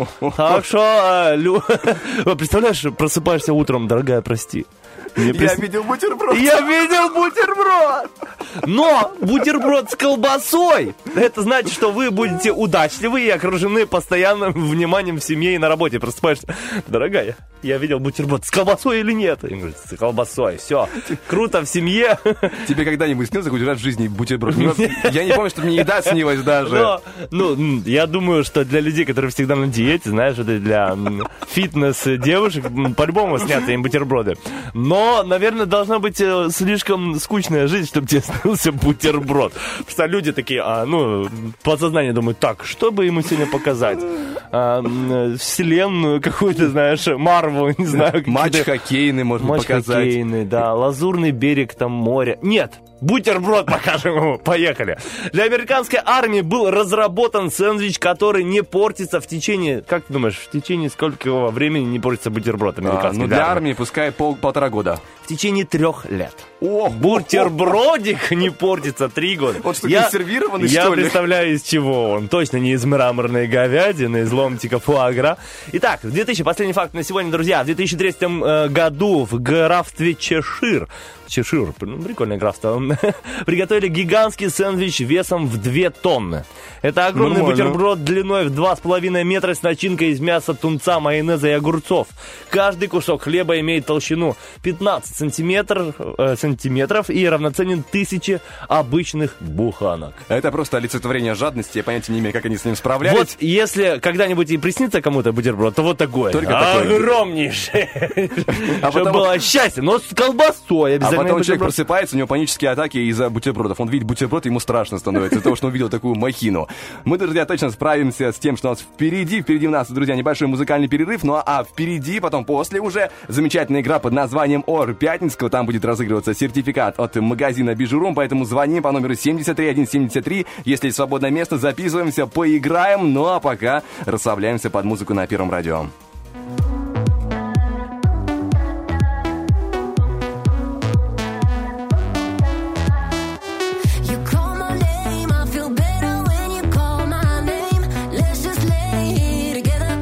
Так что, лю... представляешь, просыпаешься утром, дорогая, прости. Мне я прис... видел бутерброд. Я видел бутерброд. Но бутерброд с колбасой, это значит, что вы будете удачливы и окружены постоянным вниманием в семье и на работе. Просыпаешься, дорогая, я видел бутерброд с колбасой или нет? И говорит, с колбасой, все, круто в семье. Тебе когда-нибудь снился хоть раз в жизни бутерброд? Я не помню, что мне еда снилась даже. Но, ну, я думаю, что для людей, которые всегда на диете, знаешь, это для фитнес-девушек, по-любому снятся им бутерброды. Но, наверное, должна быть слишком скучная жизнь, чтобы тебе снился бутерброд. Потому что люди такие, а, ну, подсознание думают, так, что бы ему сегодня показать? А, вселенную какую-то, знаешь, Марвел, не знаю. Матч хоккейный можно Матч показать. Матч хоккейный, да, лазурный берег там моря. Нет, бутерброд покажем ему. Поехали. Для американской армии был разработан сэндвич, который не портится в течение... Как ты думаешь, в течение сколького времени не портится бутерброд американский? А, ну, для армии пускай пол, полтора года. В течение трех лет. О, бутербродик не портится три года. Он что, я, консервированный, я что ли? Я представляю, из чего он. Точно не из мраморной говядины, из ломтика фуагра. Итак, в две тысячи, последний факт на сегодня, друзья. В две тысячи третьем э, году в графстве Чешир, Чешир, ну, прикольное графство, приготовили гигантский сэндвич весом в две тонны. Это огромный Нормально. бутерброд длиной в два с половиной метра с начинкой из мяса, тунца, майонеза и огурцов. Каждый кусок хлеба имеет толщину пятнадцать сантиметров, э, сантиметров и равноценен тысяче обычных буханок. Это просто олицетворение жадности, я понятия не имею, как они с ним справлялись. Вот если когда-нибудь и приснится кому-то бутерброд, то вот такой. Только такой. Огромнейший. А Чтобы потом- было счастье, но с колбасой А обязательно. потом человек бутерброд. просыпается, у него панические атаки из-за бутербродов. Он видит бутерброд, ему страшно становится из-за того, что он увидел такую махину. Мы, друзья, точно справимся с тем, что у нас впереди. Впереди у нас, друзья, небольшой музыкальный перерыв. Ну а впереди, потом после уже замечательная игра под названием Ор Пятницкого. Там будет разыгрываться сертификат от магазина Бижурум. Поэтому звоним по номеру семьдесят три сто семьдесят три. Если есть свободное место, записываемся, поиграем. Ну а пока расслабляемся под музыку на Первом радио. You call my name, I feel better when you call my name. Let's just lay together.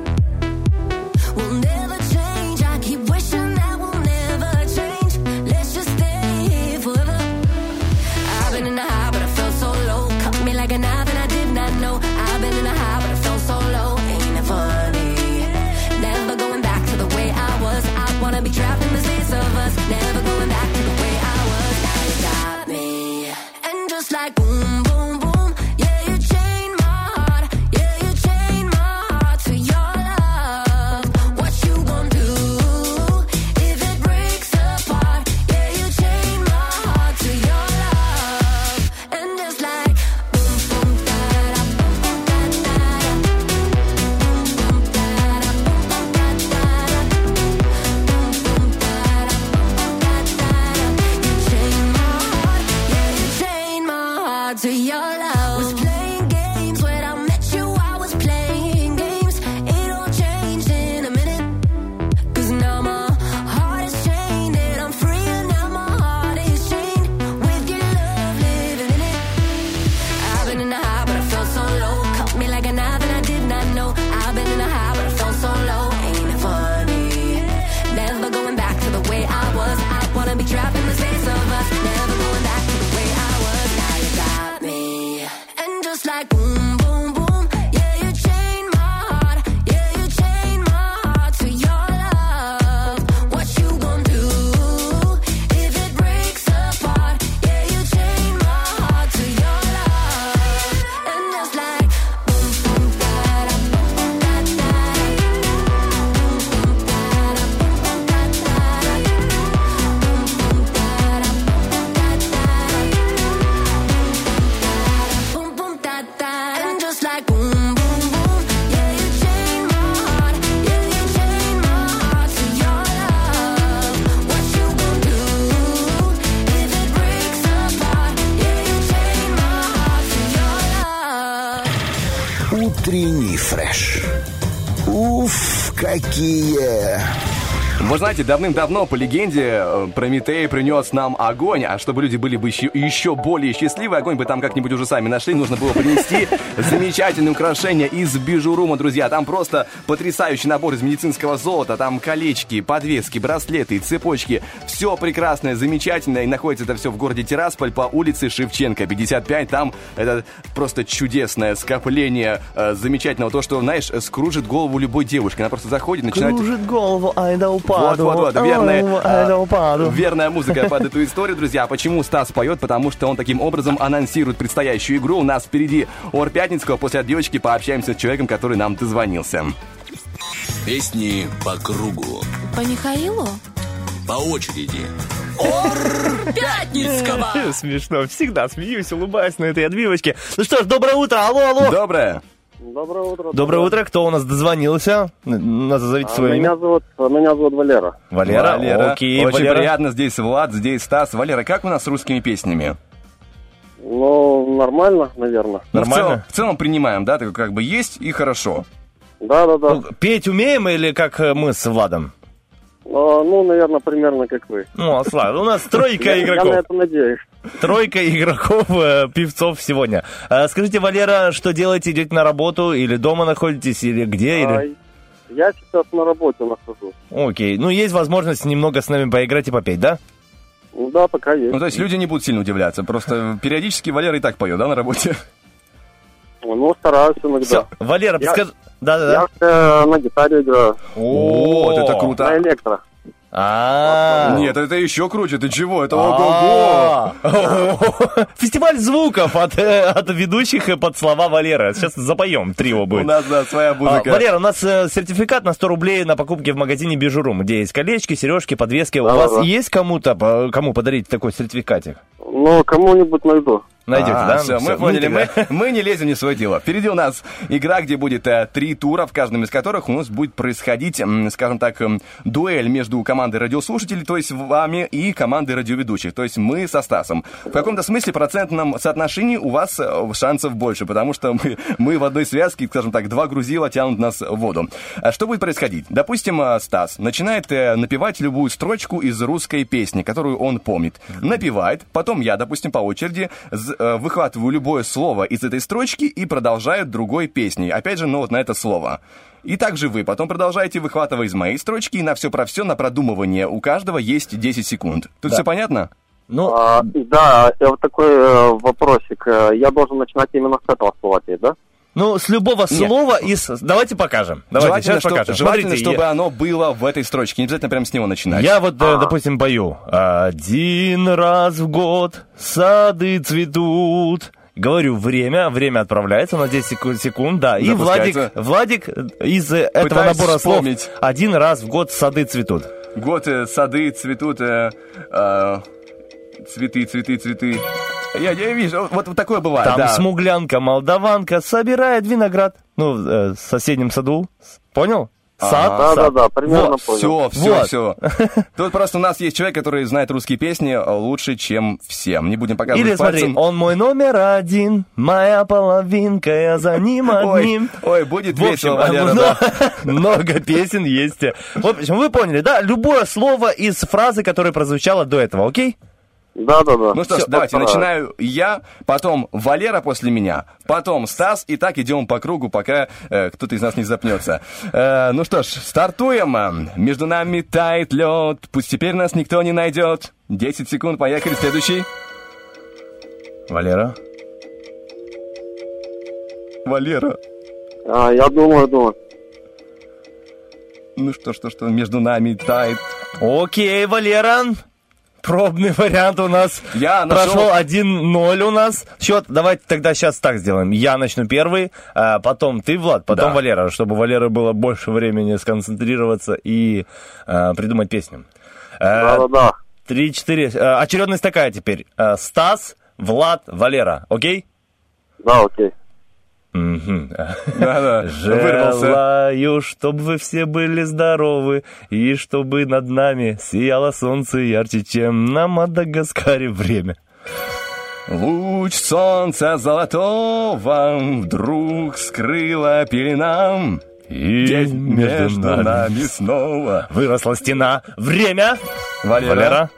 We'll never change. I keep wishing that we'll never change. Let's just stay forever. I've been in the high, but I felt so low. Cut me like a knife and I did not know. I've been in the high, but I felt so low. Ain't it funny? Never going back to the way I was. I wanna be trapped in the space of us. Never going back to the way I was. Now you got me. And just like boom, boom, boom. Yeah, you chained my heart. Yeah, you chained my heart to your love. What you gonna do if it breaks apart? Yeah, you chained my heart to your love. And just like boom, boom, da da, boom, boom, da da, boom, boom, da da, boom, boom, da da, boom, boom, da da, boom, boom, da da. You chained my heart. Yeah, you chained my heart to your love. Was playing games when I met you. I was playing games. It all changed in a minute. 'Cause now my heart is chained and I'm free. And now my heart is chained with your love living in it. I've been in the high, but I felt so low. Cut me like a knife and I did not know. I've been in the high, but I felt so low. Ain't it funny? Never going back to the way I was. I wanna be trapped in the space of us. Never going back to the way I was. Now you got me. And just like boom, boom, boom. Yeah, you chained my heart. Yeah, you chained my heart to your love. What you gonna do if it breaks apart? Yeah, you chained my heart to your love. And just like boom, boom, da da, boom, boom, da da, boom, boom, da da, boom, boom, da da, boom, boom, da da, boom, boom, da da, boom, boom, da da. And just like boom, boom, boom. Yeah, you chained my heart. Yeah, you chained my heart to your love. What you gonna do if it breaks apart? Yeah, you chained my heart to your love. Утренний фреш. Уф, какие... Вы знаете, давным-давно, по легенде, э, Прометей принес нам огонь, а чтобы люди были бы еще, еще более счастливы, огонь бы там как-нибудь уже сами нашли, нужно было принести замечательные украшения из Бижурума, друзья. Там просто потрясающий набор из медицинского золота, там колечки, подвески, браслеты, цепочки. Все прекрасное, замечательное, и находится это все в городе Тирасполь по улице Шевченко, пятьдесят пять. Там это просто чудесное скопление э, замечательного, то, что, знаешь, скружит голову любой девушки. Она просто заходит, начинает... Кружит голову, ай да упаду. Вот, вот, вот, верная, Ой, ай да а, упаду. верная музыка под эту историю, друзья. Почему Стас поет? Потому что он таким образом анонсирует предстоящую игру. У нас впереди Ор Пятницкого. После отбивочки пообщаемся с человеком, который нам дозвонился. Песни по кругу, По Михаилу? по очереди. Ор Пятницкого! Смешно, всегда смеюсь, улыбаюсь на этой отбивочке. Ну что ж, доброе утро, алло, алло. Доброе. Доброе утро. Доброе утро. Кто у нас дозвонился? Назовите А, свое меня имя. зовут, меня зовут Валера. Валера, Валера. окей, Очень Валера. приятно. Здесь Влад, здесь Стас. Валера, как у нас с русскими песнями? Ну, нормально, наверное. Ну, в Нормально? целом, в целом принимаем, да? Так как бы есть и хорошо. Да, да, да. Ну, петь умеем или как э, мы с Владом? Ну, ну, наверное, примерно как вы. Ну, Слава, у нас тройка Я, я игроков. на это надеюсь. Тройка игроков, э, певцов сегодня. А, скажите, Валера, что делаете? Идете на работу или дома находитесь, или где? А, Или... я сейчас на работе нахожусь. Окей, ну есть возможность немного с нами поиграть и попеть, да? Ну да, пока есть. Ну, то есть люди не будут сильно удивляться. Просто периодически Валера и так поет, да, на работе? Ну, стараюсь иногда. Все, Валера, Я- подскажи... Да-да-да. Я э, на гитаре играю. О, вот это На круто. электро. А. Нет, это еще круче. Ты чего? Это ого-го. А. Фестиваль звуков от, э, от ведущих и под слова Валеры. Сейчас запоем, трио У будет. нас, да, своя А, музыка. Валера, у нас э, сертификат на сто рублей на покупки в магазине Бижурум, где есть колечки, сережки, подвески. У Да, вас да. есть кому-то, по- кому подарить такой сертификатик? Ну, кому-нибудь найду. Найдете, А, да? Все, Всё, мы поняли. ну, Мы, тогда. мы не лезем не в свое дело. Впереди у нас игра, где будет э, три тура, в каждом из которых у нас будет происходить, м, скажем так, м, дуэль между командой радиослушателей, то есть вами, и командой радиоведущих, то есть мы со Стасом. В каком-то смысле процентном соотношении у вас э, шансов больше, потому что мы, мы в одной связке, скажем так, два грузила тянут нас в воду. А что будет происходить? Допустим, э, Стас начинает э, напевать любую строчку из русской песни, которую он помнит. Напевает, потом я, допустим, по очереди з- э, выхватываю любое слово из этой строчки и продолжаю другой песней. Опять же, ну вот на это слово. И также вы потом продолжаете, выхватывая из моей строчки, и на все про все, на продумывание. У каждого есть десять секунд. Тут Да. все понятно? Ну, А, да, э, вот такой э, вопросик. Э, Я должен начинать именно с этого слова петь, да? ну, с любого Нет. слова из... Давайте покажем. Давайте, желательно, сейчас что- покажем. желательно Смотрите, чтобы я- оно было в этой строчке. Не обязательно прямо с него начинать. Я вот, э, допустим, пою. Один раз в год сады цветут. Говорю время, время отправляется на десять секунд, секунд да. И Владик, Запускается. Владик из э, этого Пытаюсь набора слов вспомнить. один раз в год сады цветут. Год, э, сады цветут, э, э, цветы, цветы, цветы. Я, я вижу, вот, вот такое бывает, Там да. смуглянка, молдаванка собирает виноград. Ну, э, в соседнем саду. Понял? Сад, Да, сад. да, да, примерно Вот. понял. Все, все, Вот. все. Тут просто у нас есть человек, который знает русские песни лучше, чем все. Не будем показывать Или смотри, пальцем. он мой номер один, моя половинка, я за ним Ой, одним. ой, будет В общем, весело, Валера, много, да. много песен есть. В общем, вы поняли, да? Любое слово из фразы, которая прозвучала до этого, окей? Да, да, да. Ну что ж, Всё, давайте, пора. начинаю я, потом Валера после меня, потом Стас, и так идем по кругу, пока э, кто-то из нас не запнется. Э, ну что ж, стартуем. Между нами тает лед, пусть теперь нас никто не найдет. десять секунд, поехали, следующий. Валера. Валера. А, я думаю, думаю. Ну что, что, что, между нами тает. Окей, Валера. Пробный вариант у нас. Я нашел- Прошел один ноль у нас. Счет, давайте тогда сейчас так сделаем. Я начну первый, а потом ты, Влад, потом Да. Валера, чтобы у Валеры было больше времени сконцентрироваться и а, придумать песню. Да, А, да, да. Три-четыре. А, очередность такая теперь. А, Стас, Влад, Валера. Окей? Да, окей. Мгм. Да-да, вырвался. Желаю, чтобы вы все были здоровы, и чтобы над нами сияло солнце ярче, чем на Мадагаскаре время. Луч солнца золотого вдруг скрыла пеленам. И Здесь между нами снова. выросла стена. Время! Валера.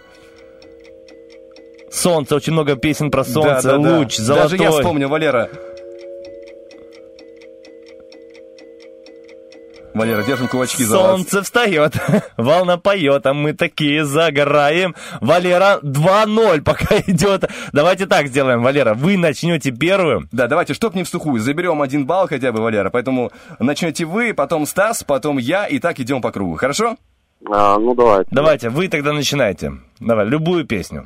Солнце, очень много песен про солнце, Да-да-да. луч, золотой. Даже я вспомнил, Валера. Валера, держим кулачки за вас. Солнце встает, волна поет, а мы такие загораем. Валера, два ноль пока идет. Давайте так сделаем, Валера, вы начнете первым. Да, давайте, чтоб не в сухую, заберем один балл хотя бы, Валера. Поэтому начнете вы, потом Стас, потом я, и так идем по кругу. Хорошо? А, ну, давайте. Давайте, вы тогда начинайте. Давай, любую песню.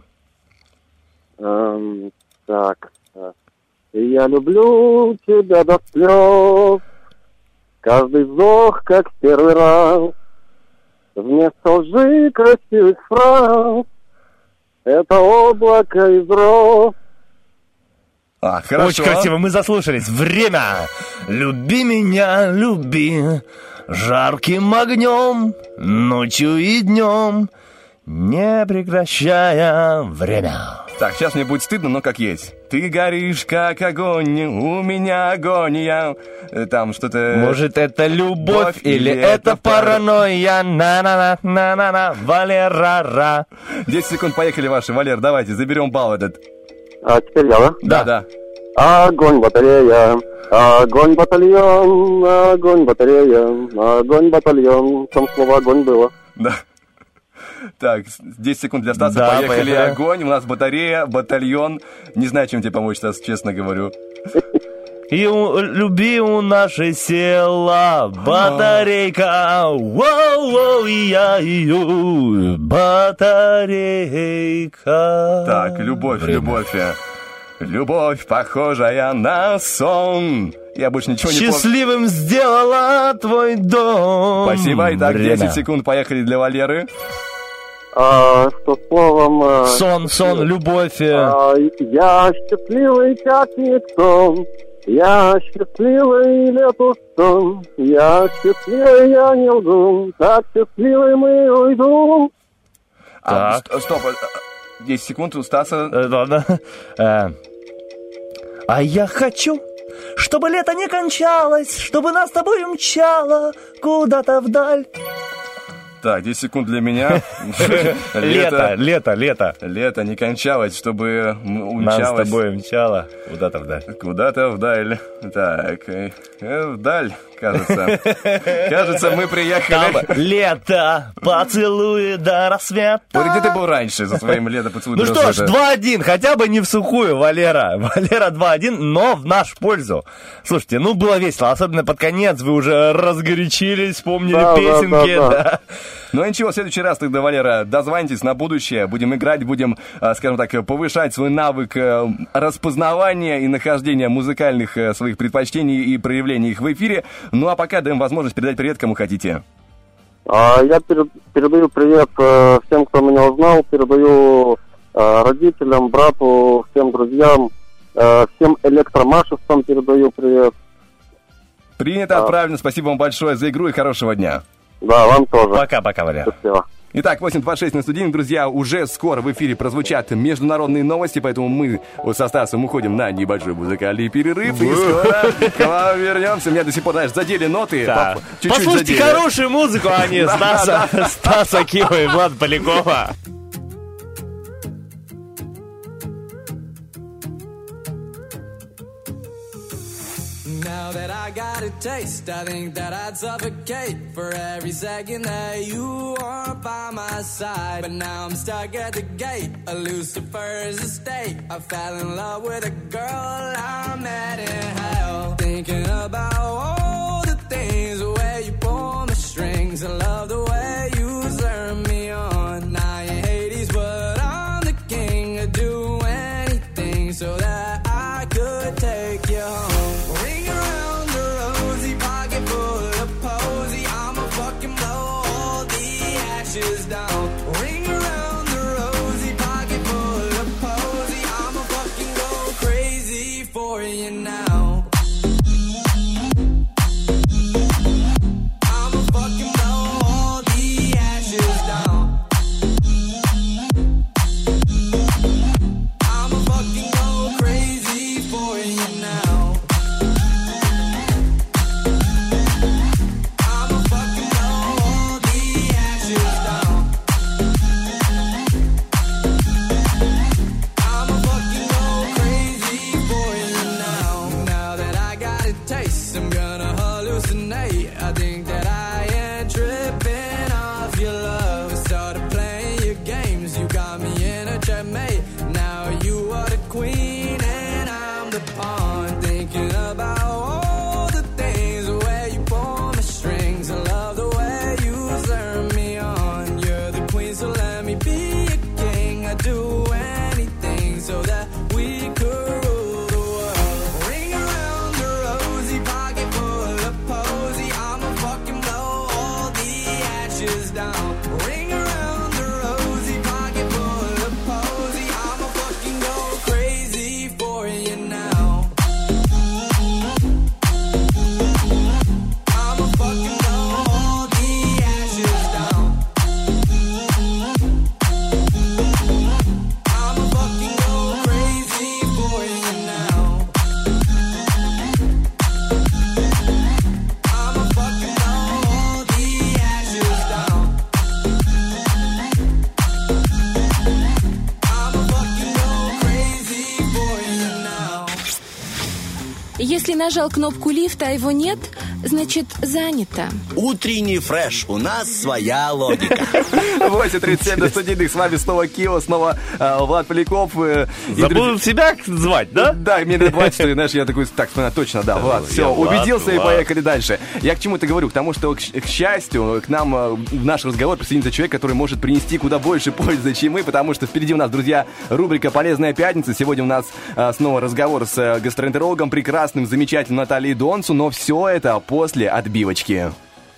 Эм, так. так. Я люблю тебя до слез. Каждый вздох, как в первый раз. Вместо лжи красивых фраз. Это облако из роз. А, хорошо. Очень красиво, мы заслушались. Время. Люби меня, люби, жарким огнем, ночью и днем, не прекращая время. Так, сейчас мне будет стыдно, но как есть. Ты горишь, как огонь, у меня агония. Там что-то... Может, это любовь, Любовь или или это это паранойя? На-на-на, на-на-на, Валера-ра. десять секунд, поехали ваши. Валер, давайте, заберем балл этот. А теперь я, да? Да, да. Огонь, батарея, огонь, батальон, огонь, батарея, огонь, батальон. Там слово огонь было. Да. Так, десять секунд для Стаса, Да, поехали. поехали. Огонь, у нас батарея, батальон. Не знаю, чем тебе помочь, Стас, честно говорю. И у, люби у нашей села батарейка, воу-воу, я ее батарейка. Так, любовь, Время. любовь. Любовь, похожая на сон. Я больше ничего не помню. Счастливым сделала твой дом. Спасибо. Итак, Время. десять секунд, поехали для Валеры. А, что словом... а, Сон, сон, любовь. э, а, я счастливый, как никто. Я счастливый, лету сон. Я счастливый, я не лгу. Так счастливый мы уйду. А, Так. ст- стоп, а, десять секунд у Стаса. э, ладно. Э, А я хочу, чтобы лето не кончалось, чтобы нас с тобой умчало куда-то вдаль. Так, десять секунд для меня. Лето, лето, лето. Лето не кончалось, чтобы м, Нас с умчалось тобой умчало куда-то вдаль. куда-то вдаль. Так, э, э, вдаль, кажется. Кажется, мы Там приехали. лето, поцелуй до рассвета. Вот где ты был раньше со своим лето поцелуй? Ну что ж, два один, хотя бы не в сухую, Валера. Валера два один, но в нашу пользу. Слушайте, ну было весело, особенно под конец, вы уже разгорячились, вспомнили Да, да, песенки. да, да. да. Ну ничего, в следующий раз тогда, Валера, дозвонитесь на будущее. Будем играть, будем, а, скажем так, повышать свой навык э, распознавания и нахождения музыкальных э, своих предпочтений и проявлений их в эфире. Ну а пока даем возможность передать привет кому хотите. А, я перед- передаю привет э, всем, кто меня узнал. Передаю э, родителям, брату, всем друзьям, э, всем электромашевцам передаю привет. Принято, отправлено. Спасибо вам большое за игру и хорошего дня. Да, вам тоже. Пока-пока, Валера. Спасибо. Итак, восемь двадцать шесть на студийных, друзья, уже скоро в эфире прозвучат международные новости, поэтому мы со Стасом уходим на небольшой музыкальный перерыв, и скоро к вам вернемся. Меня до сих пор, знаешь, задели ноты, Да. поп- чуть-чуть Послушайте задели. хорошую музыку, а не Стаса, Стаса Киева и Влада Полякова. Now that I got a taste, I think that I'd suffocate for every second that you are by my side. But now I'm stuck at the gate, a Lucifer's estate. I fell in love with a girl I met in hell. Thinking about all the things where you pull my strings. I love the way you turn me on. Now you Hades, but I'm the king. I'd do anything so that I could take you home. Ring around the rosy, pocket full of posy. I'ma fucking blow all the ashes down. Ring around the rosy, pocket full of posy. I'ma fucking go crazy for you now. I'ma fucking blow all the ashes down. I'ma fucking go crazy for you now. I'ma fucking blow all the ashes down. I'ma fucking go crazy for you now. Now that I got a taste, I'm gonna hallucinate. I think that I am tripping off your love. I started playing your games, you got me in a checkmate. Now you are the queen and I'm the pawn. Thinking about all the things where you pull my strings. I love the way you turn me on. You're the queen, so let me be a king. I'd do anything so that we could rule the world. Ring around the rosy, pocket full of posy. I'ma fucking blow all the ashes down. Ring around the rosy, pocket full of posy. I'ma fucking go crazy for you now. Если нажал кнопку лифта, а его нет, значит, занято. Утренний фреш. У нас своя логика. восемь тридцать семь до студийных. С вами снова Кио, снова э, Влад Поляков. Э, Забыл себя звать, да? Да, мне надо звать, что, знаешь, я такой, так, точно, да, Влад, все, убедился и поехали дальше. Я к чему это говорю? К тому, что, к, к счастью, к нам э, в наш разговор присоединится человек, который может принести куда больше пользы, чем мы, потому что впереди у нас, друзья, рубрика «Полезная пятница». Сегодня у нас э, снова разговор с э, гастроэнтерологом, прекрасным, замечательным Натальей Донцу, но все это после отбивочки.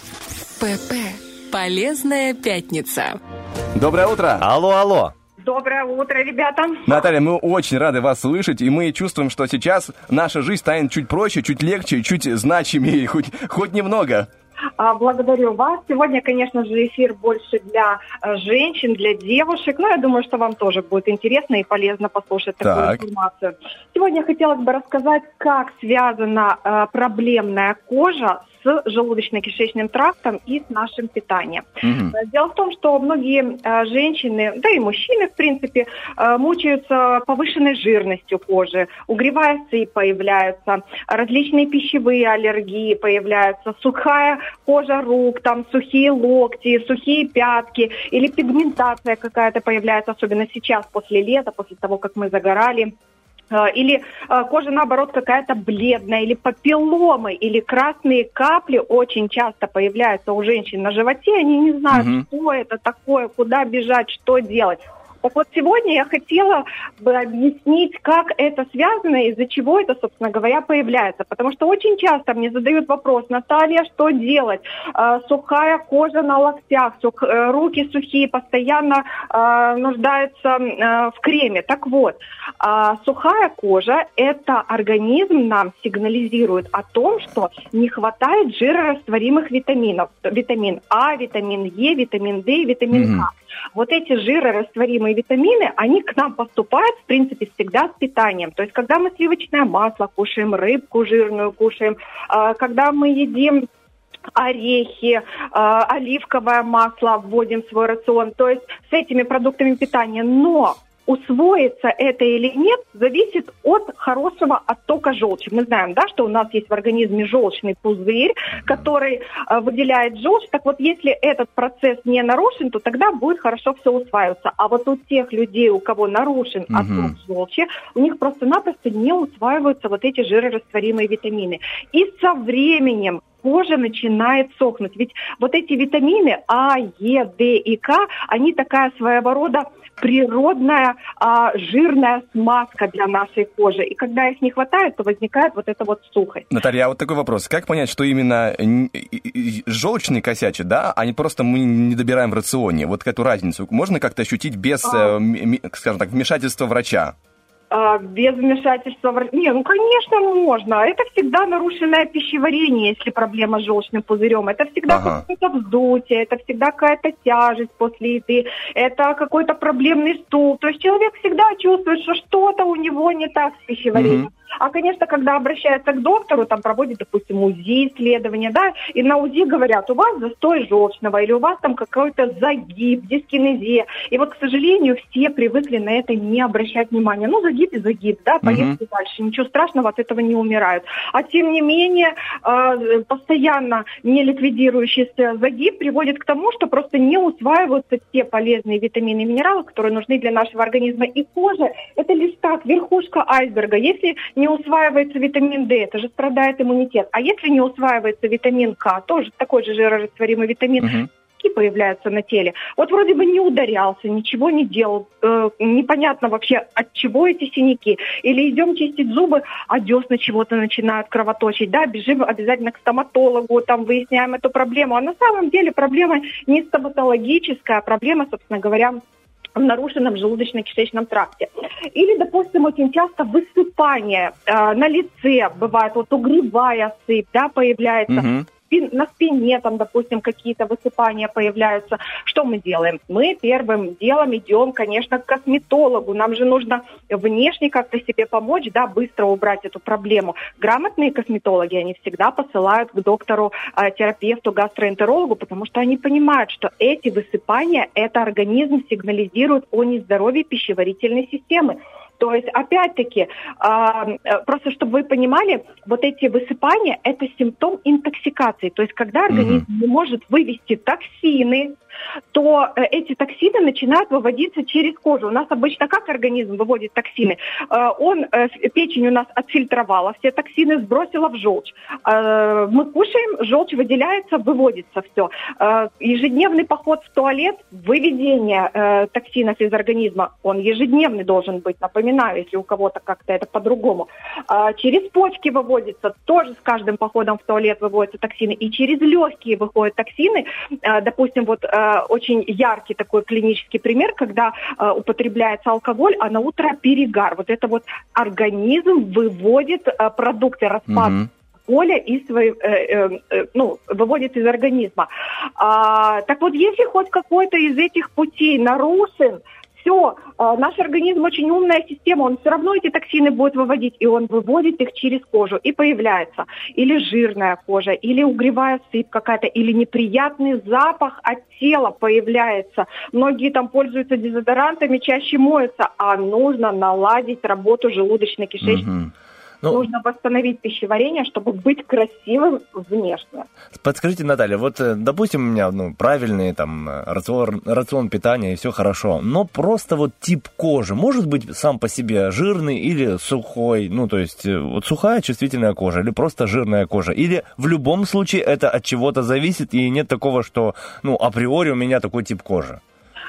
ПП. Полезная пятница. Доброе утро. Алло, алло. Доброе утро, ребята. Наталья, мы очень рады вас слышать, и мы чувствуем, что сейчас наша жизнь станет чуть проще, чуть легче, чуть значимее, хоть, хоть немного. Благодарю вас. Сегодня, конечно же, эфир больше для женщин, для девушек. Но я думаю, что вам тоже будет интересно и полезно послушать такую так. информацию. Сегодня хотелось бы рассказать, как связана э, проблемная кожа с желудочно-кишечным трактом и с нашим питанием. Mm-hmm. Дело в том, что многие э, женщины, да и мужчины, в принципе, э, мучаются повышенной жирностью кожи, угревая сыпь появляется, различные пищевые аллергии появляются, сухая кожа рук, там сухие локти, сухие пятки или пигментация какая-то появляется, особенно сейчас, после лета, после того, как мы загорали. Или э, кожа, наоборот, какая-то бледная, или папилломы, или красные капли очень часто появляются у женщин на животе. Они не знают, mm-hmm. что это такое, куда бежать, что делать. Так вот, сегодня я хотела бы объяснить, как это связано, из-за чего это, собственно говоря, появляется. Потому что очень часто мне задают вопрос: Наталья, что делать? Э, сухая кожа на локтях, сух, э, руки сухие, постоянно э, нуждаются э, в креме. Так вот, э, сухая кожа – это организм нам сигнализирует о том, что не хватает жирорастворимых витаминов. Витамин А, витамин Е, витамин Д и витамин К. Mm-hmm. Вот эти жирорастворимые витамины, они к нам поступают, в принципе, всегда с питанием. То есть, когда мы сливочное масло кушаем, рыбку жирную кушаем, когда мы едим орехи, оливковое масло вводим в свой рацион, то есть с этими продуктами питания. Но усвоится это или нет, зависит от хорошего оттока желчи. Мы знаем, да, что у нас есть в организме желчный пузырь, который э, выделяет желчь. Так вот, если этот процесс не нарушен, то тогда будет хорошо все усваиваться. А вот у тех людей, у кого нарушен mm-hmm. отток желчи, у них просто-напросто не усваиваются вот эти жирорастворимые витамины. И со временем кожа начинает сохнуть. Ведь вот эти витамины А, Е, Д и К, они такая своего рода природная а, жирная смазка для нашей кожи. И когда их не хватает, то возникает вот эта вот сухость. Наталья, а вот такой вопрос. Как понять, что именно желчный косячит, да, а не просто мы не добираем в рационе? Вот эту разницу можно как-то ощутить без, а... э, скажем так, вмешательства врача? А, без вмешательства врача. Не, ну, конечно, можно. Это всегда нарушенное пищеварение, если проблема с желчным пузырем. Это всегда ага. какое-то вздутие, это всегда какая-то тяжесть после еды, это какой-то проблемный стул. То есть человек всегда чувствует, что что-то у него не так с пищеварением. Mm-hmm. А, конечно, когда обращается к доктору, там проводит, допустим, УЗИ исследования, да, и на УЗИ говорят, у вас застой желчного, или у вас там какой-то загиб, дискинезия. И вот, к сожалению, все привыкли на это не обращать внимания. Ну, загиб и загиб, да, поехали uh-huh. дальше. Ничего страшного, от этого не умирают. А тем не менее, э, постоянно не ликвидирующийся загиб приводит к тому, что просто не усваиваются те полезные витамины и минералы, которые нужны для нашего организма. И кожа – это лишь так, верхушка айсберга. Если не усваивается витамин D, это же страдает иммунитет. А если не усваивается витамин К, тоже такой же жирорастворимый витамин, uh-huh. появляются на теле. Вот вроде бы не ударялся, ничего не делал, э, непонятно вообще, от чего эти синяки. Или идем чистить зубы, а десны чего-то начинают кровоточить, да, бежим обязательно к стоматологу, там выясняем эту проблему. А на самом деле проблема не стоматологическая, а проблема, собственно говоря, в нарушенном желудочно-кишечном тракте. Или, допустим, очень часто высыпание э, на лице бывает, вот угревая сыпь, да, появляется. Uh-huh. На спине, там, допустим, какие-то высыпания появляются. Что мы делаем? Мы первым делом идем, конечно, к косметологу. Нам же нужно внешне как-то себе помочь, да, быстро убрать эту проблему. Грамотные косметологи, они всегда посылают к доктору, терапевту, гастроэнтерологу, потому что они понимают, что эти высыпания, это организм сигнализирует о нездоровье пищеварительной системы. То есть, опять-таки, просто чтобы вы понимали, вот эти высыпания – это симптом интоксикации. То есть, когда организм mm-hmm. не может вывести токсины, то эти токсины начинают выводиться через кожу. У нас обычно как организм выводит токсины? Он, печень у нас отфильтровала все токсины, сбросила в желчь. Мы кушаем, желчь выделяется, выводится все. Ежедневный поход в туалет, выведение токсинов из организма, он ежедневный должен быть, напоминаю, если у кого-то как-то это по-другому. Через почки выводится, тоже с каждым походом в туалет выводятся токсины. И через легкие выходят токсины. Допустим, вот очень яркий такой клинический пример, когда э, употребляется алкоголь, а на утро перегар. Вот это вот организм выводит э, продукты распада mm-hmm. алкоголя из своей, э, э, ну, выводит из организма. А, так вот, если хоть какой-то из этих путей нарушен, все, наш организм очень умная система, он все равно эти токсины будет выводить, и он выводит их через кожу, и появляется или жирная кожа, или угревая сыпь какая-то, или неприятный запах от тела появляется. Многие там пользуются дезодорантами, чаще моются, а нужно наладить работу желудочно-кишечной. Mm-hmm. Ну, нужно восстановить пищеварение, чтобы быть красивым внешне. Подскажите, Наталья, вот, допустим, у меня ну, правильный там рацион, рацион питания и все хорошо, но просто вот тип кожи может быть сам по себе жирный или сухой, ну, то есть вот сухая чувствительная кожа или просто жирная кожа, или в любом случае это от чего-то зависит и нет такого, что, ну, априори у меня такой тип кожи?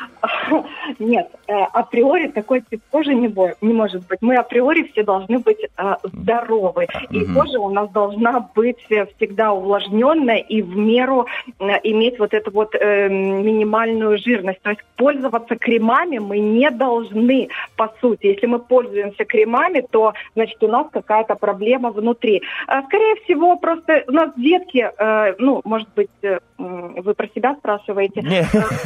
Нет, априори такой тип кожи не, бо- не может быть. Мы априори все должны быть э, здоровы. И mm-hmm. кожа у нас должна быть всегда увлажненная и в меру э, иметь вот эту вот э, минимальную жирность. То есть пользоваться кремами мы не должны, по сути. Если мы пользуемся кремами, то, значит, у нас какая-то проблема внутри. А, скорее всего, просто у нас детки, э, ну, может быть, э, вы про себя спрашиваете? Нет,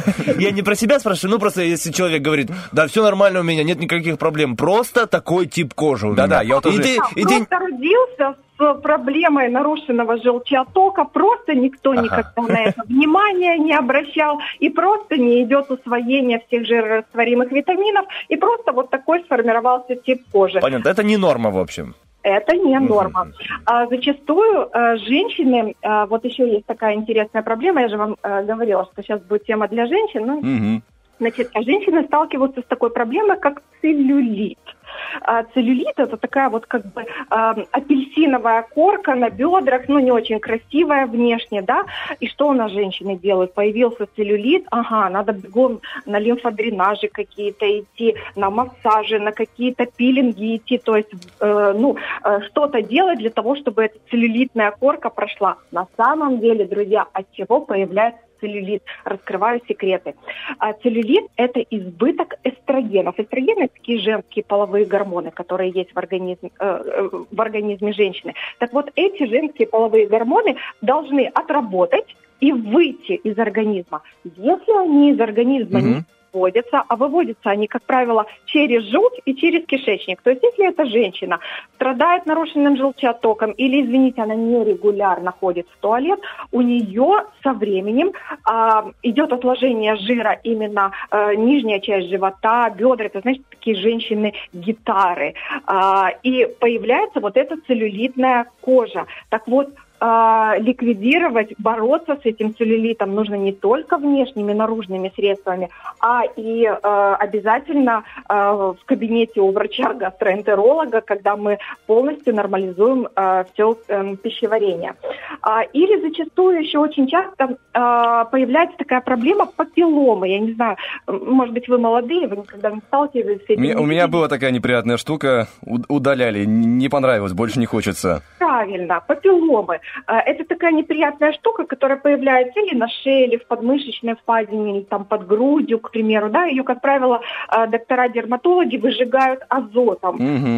я не про себя спрашиваю, ну, просто если человек говорит, да, все нормально у меня, нет никаких проблем, просто такой тип кожи у меня. Да-да, я вот уже... Иди, иди... Просто родился с проблемой нарушенного желчеоттока, просто никто ага. никогда на это внимания не обращал, и просто не идет усвоение всех жирорастворимых витаминов, и просто вот такой сформировался тип кожи. Понятно, это не норма, в общем. Это не норма. А, зачастую а, женщины, а, вот еще есть такая интересная проблема, я же вам а, говорила, что сейчас будет тема для женщин, ну, угу. значит, женщины сталкиваются с такой проблемой, как целлюлит. А, целлюлит – это такая вот как бы а, апельсиновая корка на бедрах, ну, не очень красивая внешне, да, и что у нас женщины делают? Появился целлюлит, ага, надо бегом на лимфодренажи какие-то идти, на массажи, на какие-то пилинги идти, то есть, э, ну, э, что-то делать для того, чтобы эта целлюлитная корка прошла. На самом деле, друзья, от чего появляется целлюлит? Раскрываю секреты. А целлюлит – это избыток эстрогенов. Эстрогены – это такие женские половые гормоны, которые есть в организме, э, в организме женщины. Так вот, эти женские половые гормоны должны отработать и выйти из организма. Если они из организма mm-hmm. не выводятся, а выводятся они, как правило, через желудь и через кишечник. То есть, если эта женщина страдает нарушенным желчеоттоком или, извините, она нерегулярно ходит в туалет, у нее со временем а, идет отложение жира именно а, нижняя часть живота, бедра, это, значит, такие женщины-гитары. А, и появляется вот эта целлюлитная кожа. Так вот, ликвидировать, бороться с этим целлюлитом нужно не только внешними, наружными средствами, а и э, обязательно э, в кабинете у врача-гастроэнтеролога, когда мы полностью нормализуем э, все э, пищеварение. А, или зачастую еще очень часто э, появляется такая проблема папилломы. Я не знаю, может быть, вы молодые, вы никогда не сталкивались с этим. У меня, у меня была такая неприятная штука, удаляли, не понравилось, больше не хочется. Правильно, папилломы. Это такая неприятная штука, которая появляется или на шее, или в подмышечной впадине, или там под грудью, к примеру. Да? Ее, как правило, доктора-дерматологи выжигают азотом. Угу.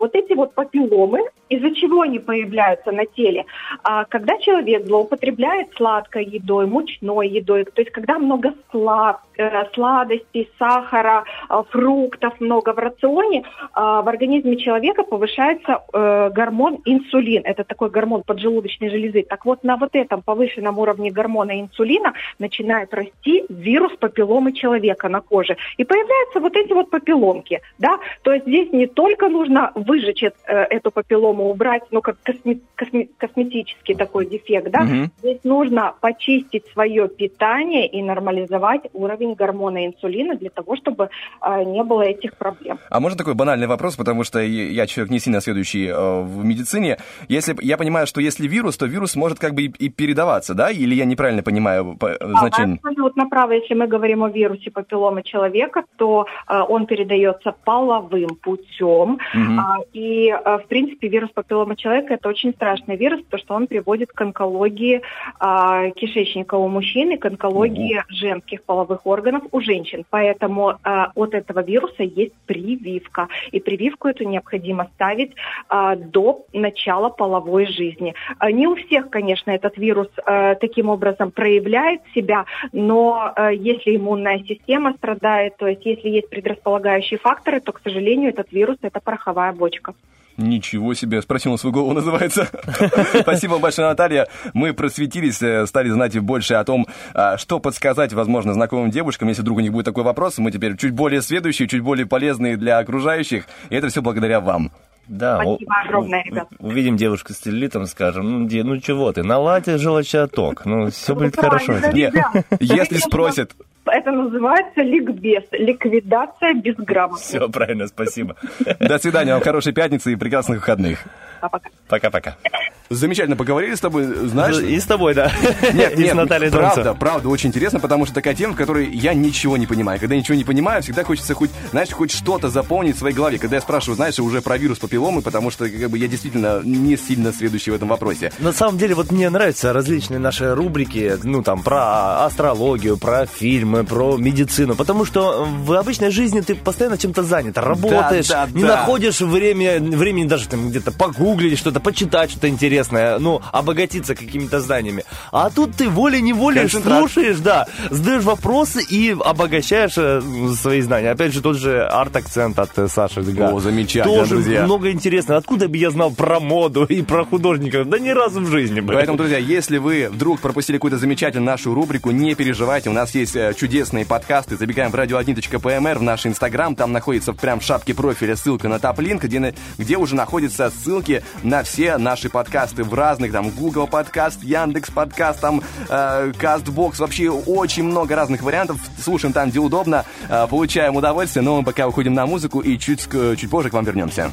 Вот эти вот папилломы, из-за чего они появляются на теле? А, когда человек злоупотребляет сладкой едой, мучной едой, то есть когда много слад, э, сладостей, сахара, э, фруктов много в рационе, э, в организме человека повышается э, гормон инсулин. Это такой гормон поджелудочной железы. Так вот, на вот этом повышенном уровне гормона инсулина начинает расти вирус папилломы человека на коже. И появляются вот эти вот папилломки. Да? То есть здесь не только нужно выжечь э, эту папиллому, убрать, ну, как косме, косме, косметический такой дефект, да, угу. Здесь нужно почистить свое питание и нормализовать уровень гормона инсулина для того, чтобы э, не было этих проблем. А можно такой банальный вопрос, потому что я человек не сильно следующий э, в медицине. Если я понимаю, что если вирус, то вирус может как бы и, и передаваться, да? Или я неправильно понимаю по, а, значение? Абсолютно правы. Если мы говорим о вирусе папилломы человека, то э, он передается половым путем. Угу. Э, и, э, в принципе, вирус папилломы человека – это очень страшный вирус, потому что он приводит к онкологии э, кишечника у мужчин и к онкологии угу. женских половых органов у женщин. Поэтому э, от этого вируса есть прививка. И прививку эту необходимо ставить э, до начала половой жизни. Э, не у всех, конечно, этот вирус э, таким образом проявляет себя, но э, если иммунная система страдает, то есть если есть предрасполагающие факторы, то, к сожалению, этот вирус – это пороховая бочка. Ничего себе, спросил на свою голову, называется. Спасибо большое, Наталья. Мы просветились, стали знать больше о том, что подсказать, возможно, знакомым девушкам. Если вдруг у них будет такой вопрос, мы теперь чуть более следующие, чуть более полезные для окружающих. И это все благодаря вам. Да, спасибо огромное, ребят. Увидим девушку с целлюлитом, скажем, ну, де, ну чего ты, наладь желчеоток, ну все будет хорошо. Нет, если спросят... Это называется ликбез, ликвидация без грамотности. Все правильно, спасибо. До свидания, вам хорошей пятницы и прекрасных выходных. Пока-пока. Пока-пока. Замечательно поговорили с тобой, знаешь... И с тобой, да. Нет, и нет, с Натальей правда, Донцовой. правда, очень интересно, потому что такая тема, в которой я ничего не понимаю. Когда я ничего не понимаю, всегда хочется хоть, знаешь, хоть что-то заполнить в своей голове. Когда я спрашиваю, знаешь, уже про вирус папилломы, потому что как бы, я действительно не сильно следующий в этом вопросе. На самом деле, вот мне нравятся различные наши рубрики, ну, там, про астрологию, про фильмы, про медицину, потому что в обычной жизни ты постоянно чем-то занят, работаешь, да, да, не да. находишь время, времени даже там где-то погуглить что-то, почитать что-то интересное, ну, обогатиться какими-то знаниями. А тут ты волей-неволей слушаешь, да, задаешь вопросы и обогащаешь э, свои знания. Опять же, тот же арт-акцент от э, Саши Га. О, замечательно, тоже друзья. Много интересного. Откуда бы я знал про моду и про художников? Да ни разу в жизни. Блин. Поэтому, друзья, если вы вдруг пропустили какую-то замечательную нашу рубрику, не переживайте, у нас есть э, чудесные подкасты. Забегаем в радио один точка пи эм эр, в наш инстаграм, там находится прям в шапке профиля ссылка на топ-линк, где, где уже находятся ссылки на все наши подкасты в разных, там, Google подкаст, Яндекс подкаст, там, э, Castbox, вообще очень много разных вариантов. Слушаем там, где удобно, э, получаем удовольствие, но мы пока уходим на музыку и чуть, чуть позже к вам вернемся.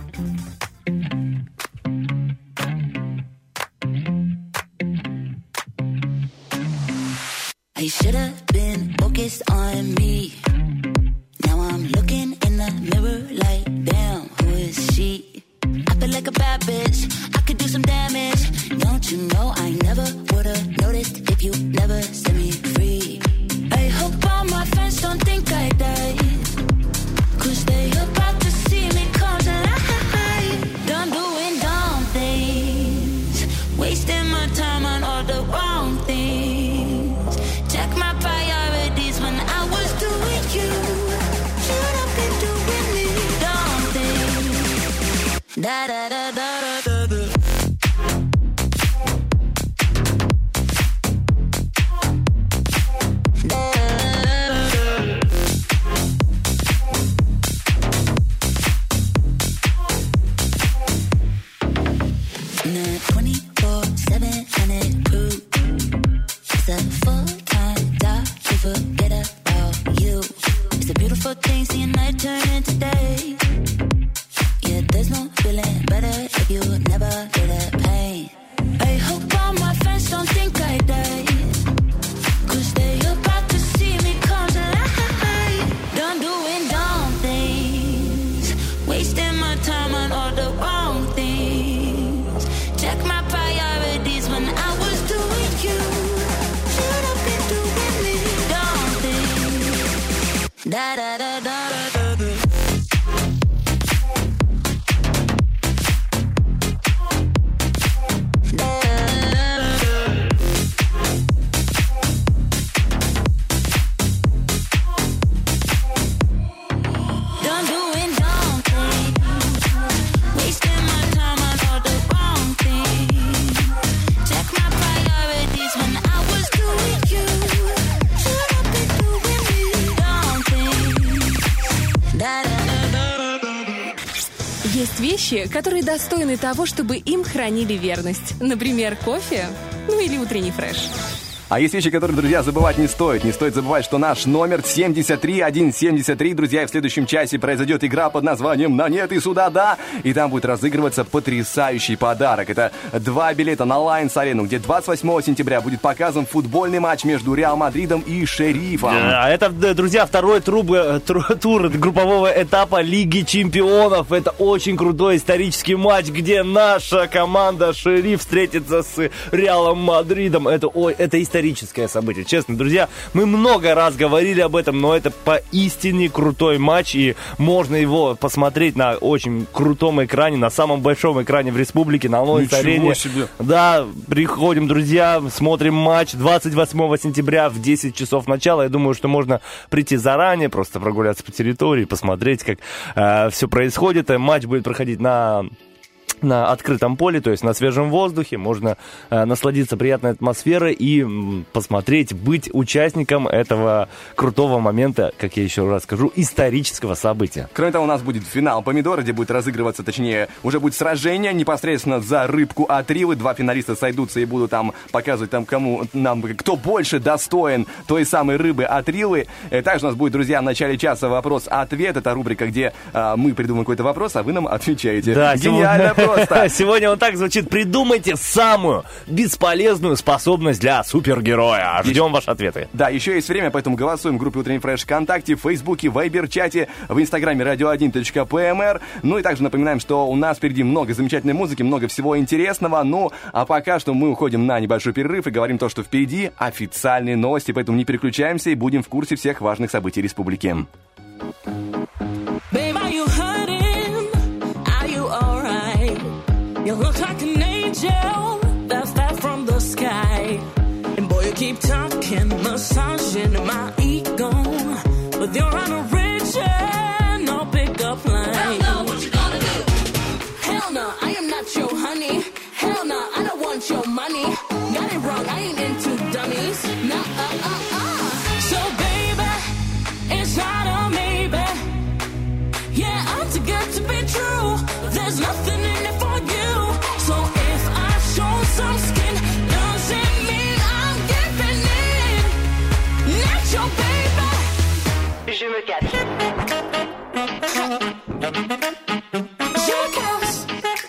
I should have been focused on me. Now I'm looking in the mirror like, damn, who is she? I feel like a bad bitch, I could do some damage. Don't you know I never would've noticed if you never set me free. I hope all my friends don't think I died, cause they about to see me come to life. Done doing dumb things, wasting my time on all the wrong things. Check my priorities when I was doing you. Should have been doing me dumb things. Da da da da da da da. twenty-four seven and it proves it's a full-time job to forget about you. It's a beautiful thing seeing night turn into day. Yeah, there's no feeling better if you never feel that pain. I hope all my friends don't think I died, cause they about to see me come to life. Done doing dumb things, wasting my time on all the wrong things. Check my priorities when I was doing you. Should have been doing me dumb things. Da da da da da da da. есть вещи, которые достойны того, чтобы им хранили верность. Например, кофе, ну или утренний фреш. А есть вещи, которые, друзья, забывать не стоит. Не стоит забывать, что наш номер семьдесят три сто семьдесят три, друзья, и в следующем часе произойдет игра под названием «На нет и сюда да». И там будет разыгрываться потрясающий подарок. Это два билета на Лайнс-арену, где двадцать восьмого сентября будет показан футбольный матч между Реал Мадридом и Шерифом. А это, друзья, второй тур, тур группового этапа Лиги Чемпионов. Это очень крутой исторический матч, где наша команда Шериф встретится с Реалом Мадридом. Это, ой, это исторический историческое событие. Честно, друзья, мы много раз говорили об этом, но это поистине крутой матч, и можно его посмотреть на очень крутом экране, на самом большом экране в республике, на Лайнс-арене. Ничего себе! Да, приходим, друзья, смотрим матч двадцать восьмого сентября в десять часов начала. Я думаю, что можно прийти заранее, просто прогуляться по территории, посмотреть, как э, все происходит. Матч будет проходить на... на открытом поле, то есть на свежем воздухе, можно э, насладиться приятной атмосферой и м, посмотреть, быть участником этого крутого момента, как я еще раз скажу, исторического события. Кроме того, у нас будет финал помидора, где будет разыгрываться, точнее, уже будет сражение непосредственно за рыбку от Ривы. Два финалиста сойдутся и будут там показывать, там, кому, нам, кто больше достоин той самой рыбы от Ривы. Э, также у нас будет, друзья, в начале часа вопрос-ответ. Это рубрика, где э, мы придумаем какой-то вопрос, а вы нам отвечаете. Да, гениально просто. Сегодня он так звучит. Придумайте самую бесполезную способность для супергероя. Ждем ваши ответы. Да, еще есть время, поэтому голосуем в группе «Утренний фреш» ВКонтакте, в Фейсбуке, в Вайбер-чате, в Инстаграме радио один точка пи эм эр. Ну и также напоминаем, что у нас впереди много замечательной музыки, много всего интересного. Ну, а пока что мы уходим на небольшой перерыв и говорим то, что впереди официальные новости, поэтому не переключаемся и будем в курсе всех важных событий республики. You look like an angel that's fell from the sky. And boy, you keep talking, massaging my ego. But you're on a rich and no pickup line. Hell no, what you gonna do? Hell no, I am not your honey. Hell no, I don't want your money. Got it wrong, I ain't into dummies. Nah, uh, uh, uh. So baby, it's not a maybe. Yeah, I'm too good to be true. There's nothing in it for you. So if I show some skin, doesn't mean I'm giving in. Not your baby. Je me cache. Je me cache.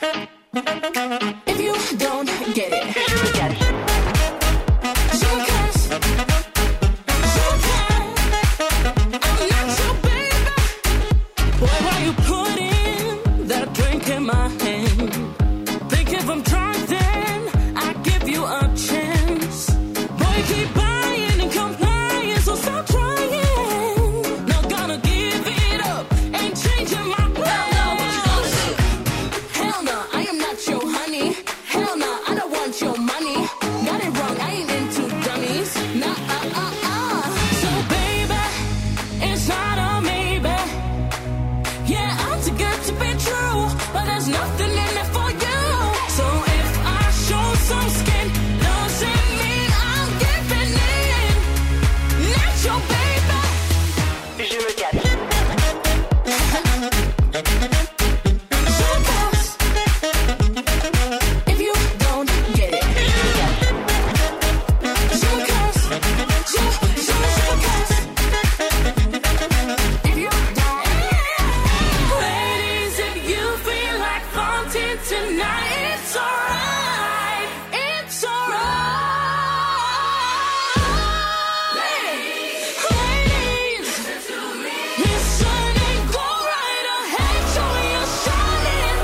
If you don't get it. Je me cache. Je me cache. Je me cache. I'm not your baby. Boy, why you putting that drink in my hand? Think if I'm drunk, then I give you a chance. Boy, keep buying and complying, so stop trying. Not gonna give it up, ain't changing my plan. Hell no, what you gonna do? Hell no, I am not your honey. Hell no, I don't want your money. Got it wrong, I ain't into dummies. Nah, uh, uh, uh. So baby, it's not a maybe. Yeah, I'm too good to be true, but there's nothing in it for you. So if I show some skin, doesn't mean I'm giving in. Not your baby. Je me cache. Je me cache. If you don't get it. Je me cache. Je me cache. Je, je, je me cache. If you don't. Ladies, if you feel like fronting tonight, it's alright. It's alright. Ladies, ladies, listen to me. Listen and go right ahead, show you're shining.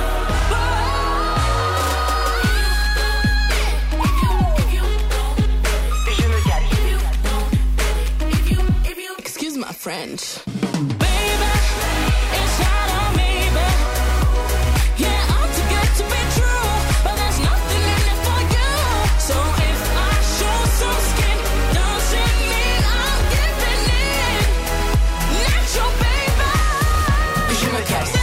Excuse my French. Baby, it's not a maybe. Yeah, I'm too good to be true, but there's nothing in it for you. So if I show some skin, doesn't mean I'm giving in. Not your baby. Je me casse.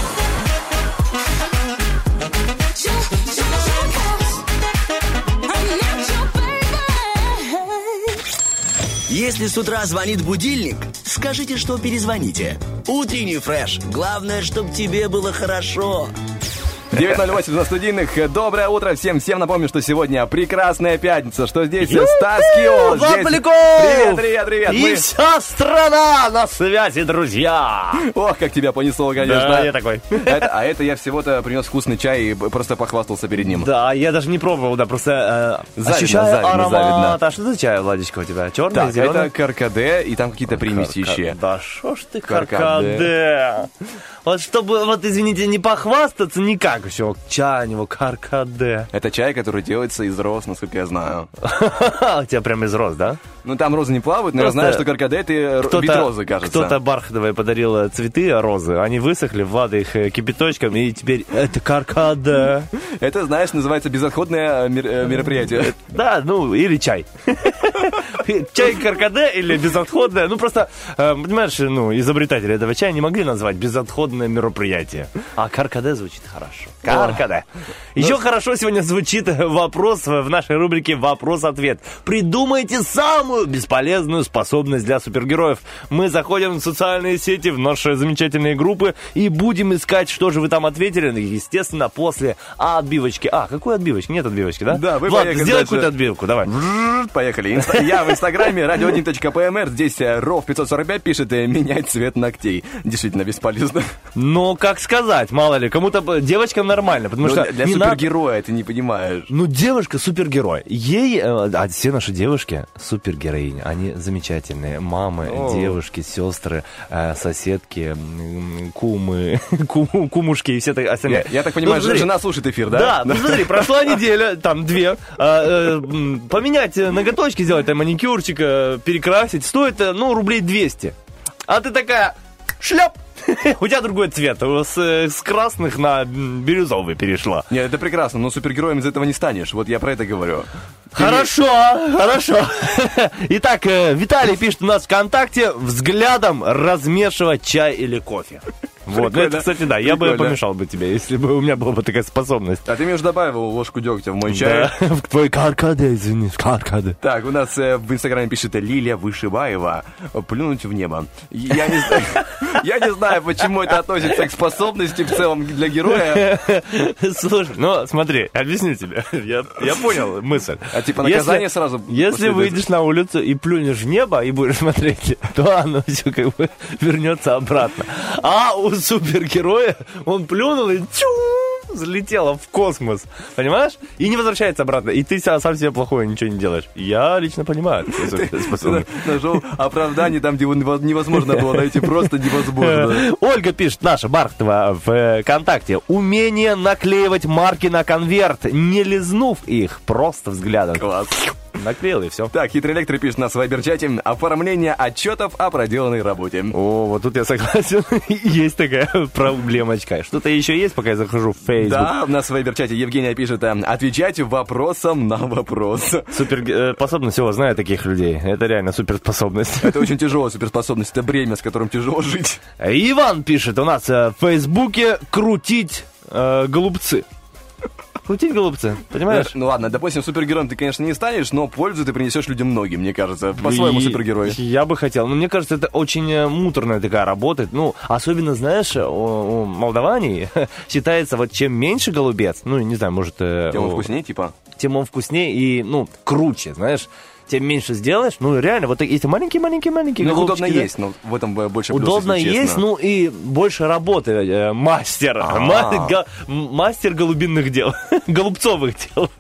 Je, je, je me casse. I'm not your baby. Если с утра звонит будильник, скажите, что перезвоните. Утренний фреш. Главное, чтобы тебе было хорошо. девять ноль восемь на студийных. Доброе утро всем. Всем напомню, что сегодня прекрасная пятница, что здесь Стаскио. Влад Поляков! Привет, привет, привет. И Мы- вся страна на связи, друзья! Ох, как тебя понесло, конечно. Да, я такой. Это- а это я всего-то принес вкусный чай и просто похвастался перед ним. Да, я даже не пробовал, да, просто э, Завидно, ощущаю завидно, аромат. завидно. А что за чай, Владечка, у тебя? Черный, Так, зеленый? это каркаде, и там какие-то примеси еще. Да шо ж ты, Каркаде. каркаде. Вот чтобы, вот извините, не похвастаться никак еще. Чай у него каркаде. Это чай, который делается из роз, насколько я знаю. У тебя прям из роз, да? Ну, там розы не плавают, но я Просто знаю, что каркаде — это р- вид розы, кажется. Кто-то бархатовые подарил э, цветы, розы. Они высохли, Влада их э, кипяточком, и теперь это каркаде. Это, знаешь, называется безотходное мер- э, мероприятие. Да, ну, или чай. Чай каркаде или безотходное. Ну, просто, э, понимаешь, ну, изобретатели этого чая не могли назвать безотходное мероприятие. А каркаде звучит хорошо. Каркаде. Еще хорошо сегодня звучит вопрос в нашей рубрике «Вопрос-ответ». Придумайте самую бесполезную способность для супергероев. Мы заходим в социальные сети, в наши замечательные группы и будем искать, что же вы там ответили. Естественно, после отбивочки. А, какой отбивочки? Нет отбивочки, да? Да, вы Влад, поехали сделай дальше. какую-то отбивку, давай. Поехали. Инста- Я в инстаграме радио один точка пэ эм эр. Здесь э, Ров пятьсот сорок пять пишет э, «менять цвет ногтей». Действительно бесполезно. Ну, как сказать, мало ли, кому-то б- девочкам нормально, потому Ну, что для для не надо- супергероя ты не понимаешь. Ну, девушка супергерой. Ей, э, а все наши девушки супергероини. Они замечательные. Мамы, О. девушки, сестры, э, соседки, м, кумы, кум- кумушки и все так остальные. Я, я так понимаю, Ну, смотри, жена слушает эфир, да? Да, ну смотри, прошла неделя, там две. а, э, м, поменять э, ноготочки, сделать там маникюрчик, э, перекрасить, стоит, э, ну, рублей двести. А ты такая, шляп! У тебя другой цвет, с, э, с красных на м, бирюзовый перешла. Нет, это прекрасно, но супергероем из этого не станешь. Вот я про это говорю. Хорошо, хорошо. Итак, э, Виталий пишет у нас ВКонтакте: взглядом размешивать чай или кофе. Вот, ну Прикольно. это, кстати, да, я бы Прикольно. помешал бы тебе, если бы у меня была бы такая способность. А ты мне уже добавил ложку дегтя в мой чай. Да, в твой каркаде, извини, в каркаде. Так, у нас э, в инстаграме пишет Лилия Вышибаева. Плюнуть в небо. Я не знаю, я не знаю, почему это относится к способности в целом для героя. Слушай, ну смотри, объясню тебе. Я, я понял мысль. А типа наказание Если- сразу Если последует? выйдешь на улицу и плюнешь в небо и будешь смотреть, то оно все как бы вернется обратно. А у супергероя он плюнул и чу, залетело в космос. Понимаешь? И не возвращается обратно. И ты ся- сам себе плохое ничего не делаешь. Я лично понимаю такую способность. Нашел оправдание там, где его нево- невозможно было найти. Просто невозможно. Ольга пишет, наша Бархтова в ВКонтакте: умение наклеивать марки на конверт, не лизнув их, просто взглядом. Класс. Наклеил и все. Так, хитрый электро пишет на вайбер-чате: оформление отчетов о проделанной работе. О, вот тут я согласен. Есть такая проблемочка. Что-то еще есть, пока я захожу в Facebook? Да, у нас в вайбер-чате Евгения пишет: э, отвечать вопросом на вопрос. Суперспособность, всего знаю таких людей. Это реально суперспособность. Это очень тяжелая суперспособность, это бремя, с которым тяжело жить. Иван пишет у нас э, в Фейсбуке: крутить э, голубцы. Крутить голубцы, понимаешь? Ну ладно, допустим, супергероем ты, конечно, не станешь, но пользу ты принесешь людям многим, мне кажется, по-своему И- супергерой. Я бы хотел. Но мне кажется, это очень э, муторная такая работа. Ну, особенно, знаешь, у, у молдаване считается, вот чем меньше голубец, ну, не знаю, может... э, Тем он у- вкуснее, типа? Тем он вкуснее и, ну, круче, знаешь. Тем меньше сделаешь, ну, реально, вот эти маленькие-маленькие-маленькие Ну, их голубчики, удобно да. есть, но в этом больше плюс, Удобно если честно. есть, ну и больше работы э, мастер. А. Ма- га- мастер голубинных дел. Голубцовых дел.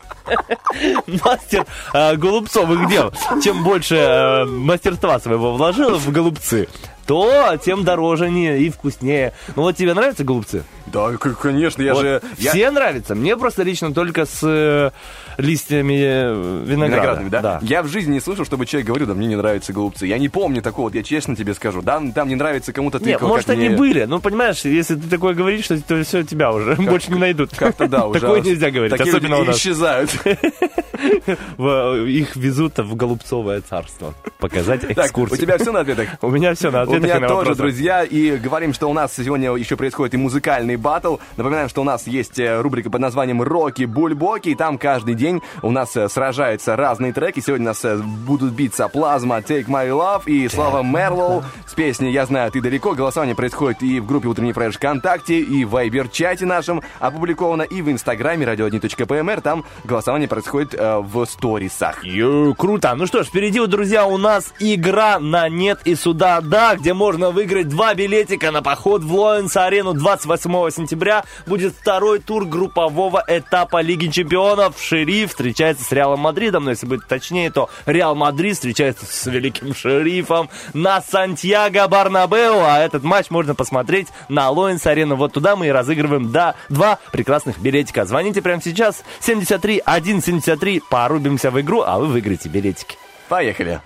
Мастер э, голубцовых дел. Чем больше э, мастерства своего вложил в голубцы, то тем дороже они и вкуснее. Ну вот тебе нравятся голубцы? Да, к- конечно, я Вот же... я- Все нравятся. Мне просто лично только с э, листьями э, винограда. Виноградными, да? Я в жизни не слышал, чтобы человек говорил: да мне не нравятся голубцы. Я не помню такого, вот я честно тебе скажу. Да, там не нравится кому-то Нет, тыква, может, как они мне. были, но понимаешь, если ты такое говоришь, то, то все, тебя уже больше не найдут. Как-то да, уже. Такое нельзя говорить, Такие особенно люди у нас. исчезают. Их везут в Голубцовое царство. Показать экскурсию. Так, у тебя все на ответах? У меня все на ответах. У меня тоже, друзья. И говорим, что у нас сегодня еще происходит и музыкальный баттл. Напоминаем, что у нас есть рубрика под названием «Роки Бульбоки». И там каждый день у нас сражаются разные треки. Сегодня у нас будут биться Плазма, Take My Love и Слава Мерлоу с песней «Я знаю, ты далеко». Голосование происходит и в группе «Утренний фреш» ВКонтакте, и в Вайбер-чате нашем опубликовано, и в Инстаграме радио один точка пэ эм эр. Там голосование происходит э, в сторисах. Ю, круто. Ну что ж, впереди, друзья, у нас игра на «Нет» и «Сюда, да», где можно выиграть два билетика на поход в Лоэнс-арену. Двадцать восьмого сентября будет второй тур группового этапа Лиги чемпионов. «Шериф» встречается с Реалом Мадридом, но если быть точнее, то Реал Мадрид встречается с великим «Шерифом» на Сантьяго Барнабеу. А этот матч можно посмотреть на Лоэнс-арену. Вот туда мы и разыгрываем да, два прекрасных билетика. Звоните прямо сейчас. семьдесят три один семьдесят три. Порубимся в игру, а вы выиграете билетики. Поехали.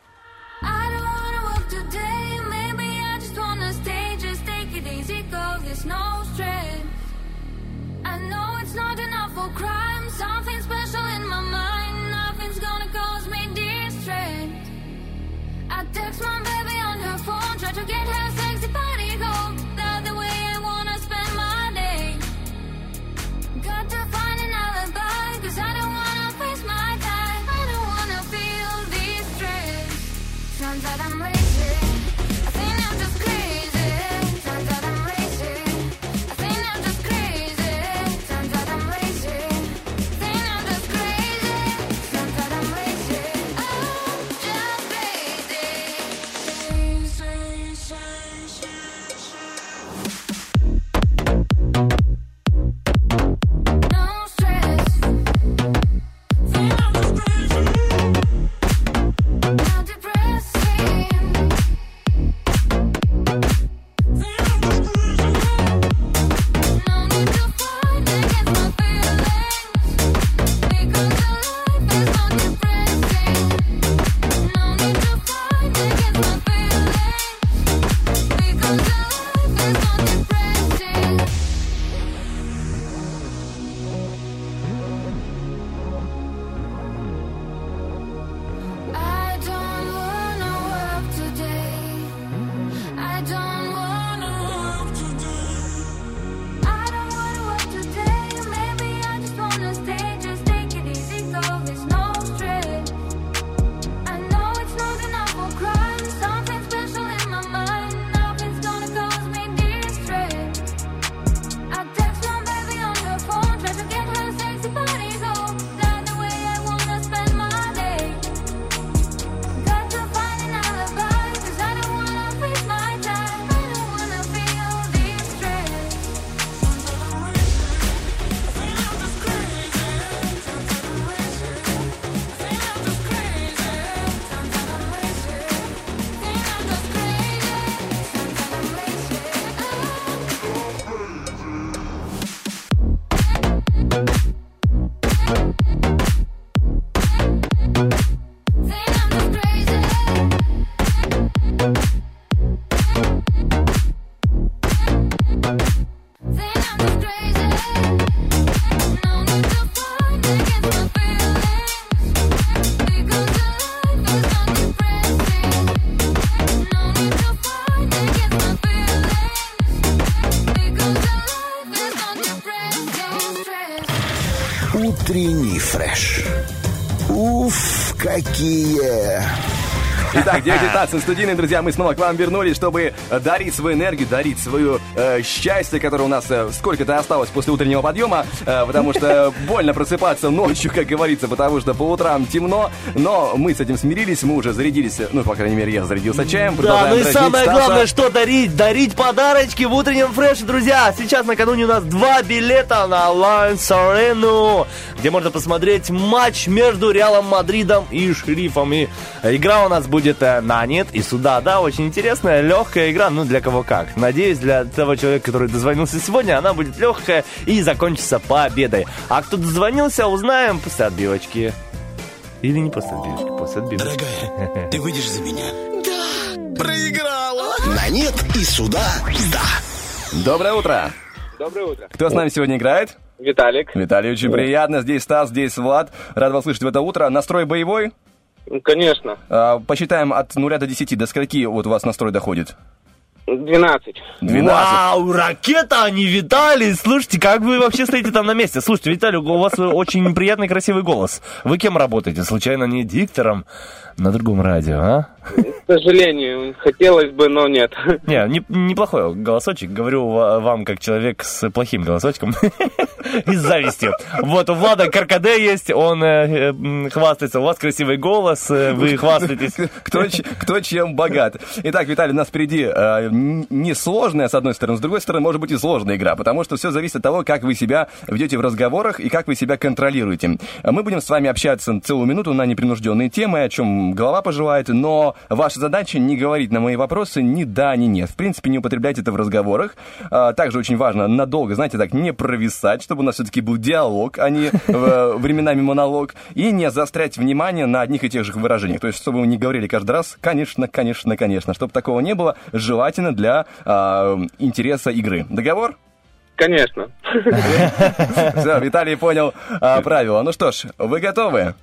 Утренний фреш. Уф, какие... Итак, девять пятнадцать, студийные друзья, мы снова к вам вернулись, чтобы дарить свою энергию, дарить свое э, счастье, которое у нас э, сколько-то осталось после утреннего подъема, э, потому что больно просыпаться ночью, как говорится, потому что по утрам темно, но мы с этим смирились, мы уже зарядились, ну, по крайней мере, я зарядился чаем. Да, ну и самое Стаса. главное, что дарить, дарить подарочки в утреннем фреше, друзья. Сейчас накануне у нас два билета на Лоэнс-арену, где можно посмотреть матч между Реалом Мадридом и Шерифом. И игра у нас будет будет на «Нет» и «Сюда, да». Очень интересная, легкая игра, ну, для кого как. Надеюсь, для того человека, который дозвонился сегодня, она будет легкая и закончится победой. А кто дозвонился, узнаем после отбивочки. Или не после отбивочки, после отбивочки. Дорогая, ты выйдешь за меня? Да. Проиграла. На «Нет» и «Сюда, да». Доброе утро. Доброе утро. Кто с нами сегодня играет? Виталик. Виталий, очень приятно. Здесь Стас, здесь Влад. Рад вас слышать в это утро. Настрой боевой? Конечно. А, посчитаем от нуля до десяти. До скольки вот у вас настрой доходит? двенадцать. двенадцать. Вау, ракета, а не Виталий. Слушайте, как вы вообще стоите там на месте? Слушайте, Виталий, у вас очень приятный, красивый голос. Вы кем работаете? Случайно не диктором на другом радио, а? К сожалению, хотелось бы, но нет. Не, не, неплохой голосочек. Говорю вам, как человек с плохим голосочком. И с завистью. Вот, у Влада Каркаде есть, он э, э, хвастается. У вас красивый голос, э, вы хвастаетесь. Кто, кто чем богат. Итак, Виталий, у нас впереди э, несложная, с одной стороны, с другой стороны, может быть и сложная игра, потому что все зависит от того, как вы себя ведете в разговорах и как вы себя контролируете. Мы будем с вами общаться целую минуту на непринужденные темы, о чем голова пожелает, но ваша задача не говорить на мои вопросы ни да, ни нет. В принципе, не употреблять это в разговорах. Также очень важно надолго, знаете, так, не провисать, чтобы у нас все-таки был диалог, а не временами монолог, и не заострять внимание на одних и тех же выражениях. То есть, чтобы вы не говорили каждый раз «конечно, конечно, конечно», чтобы такого не было, желательно для э, интереса игры. Договор? Конечно. Все, Виталий понял а, правила. Ну что ж, вы готовы?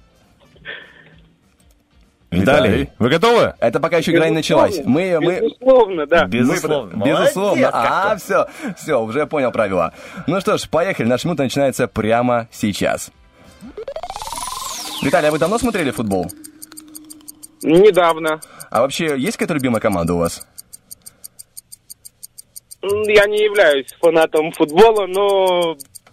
Виталий, Виталий, вы готовы? Это пока еще игра не началась. Мы, мы... Безусловно, да. Безусловно. Мы... Безусловно. А, все, все, уже понял правила. Ну что ж, поехали. Наша минута начинается прямо сейчас. Виталий, а вы давно смотрели футбол? Недавно. А вообще, есть какая-то любимая команда у вас? Я не являюсь фанатом футбола, но...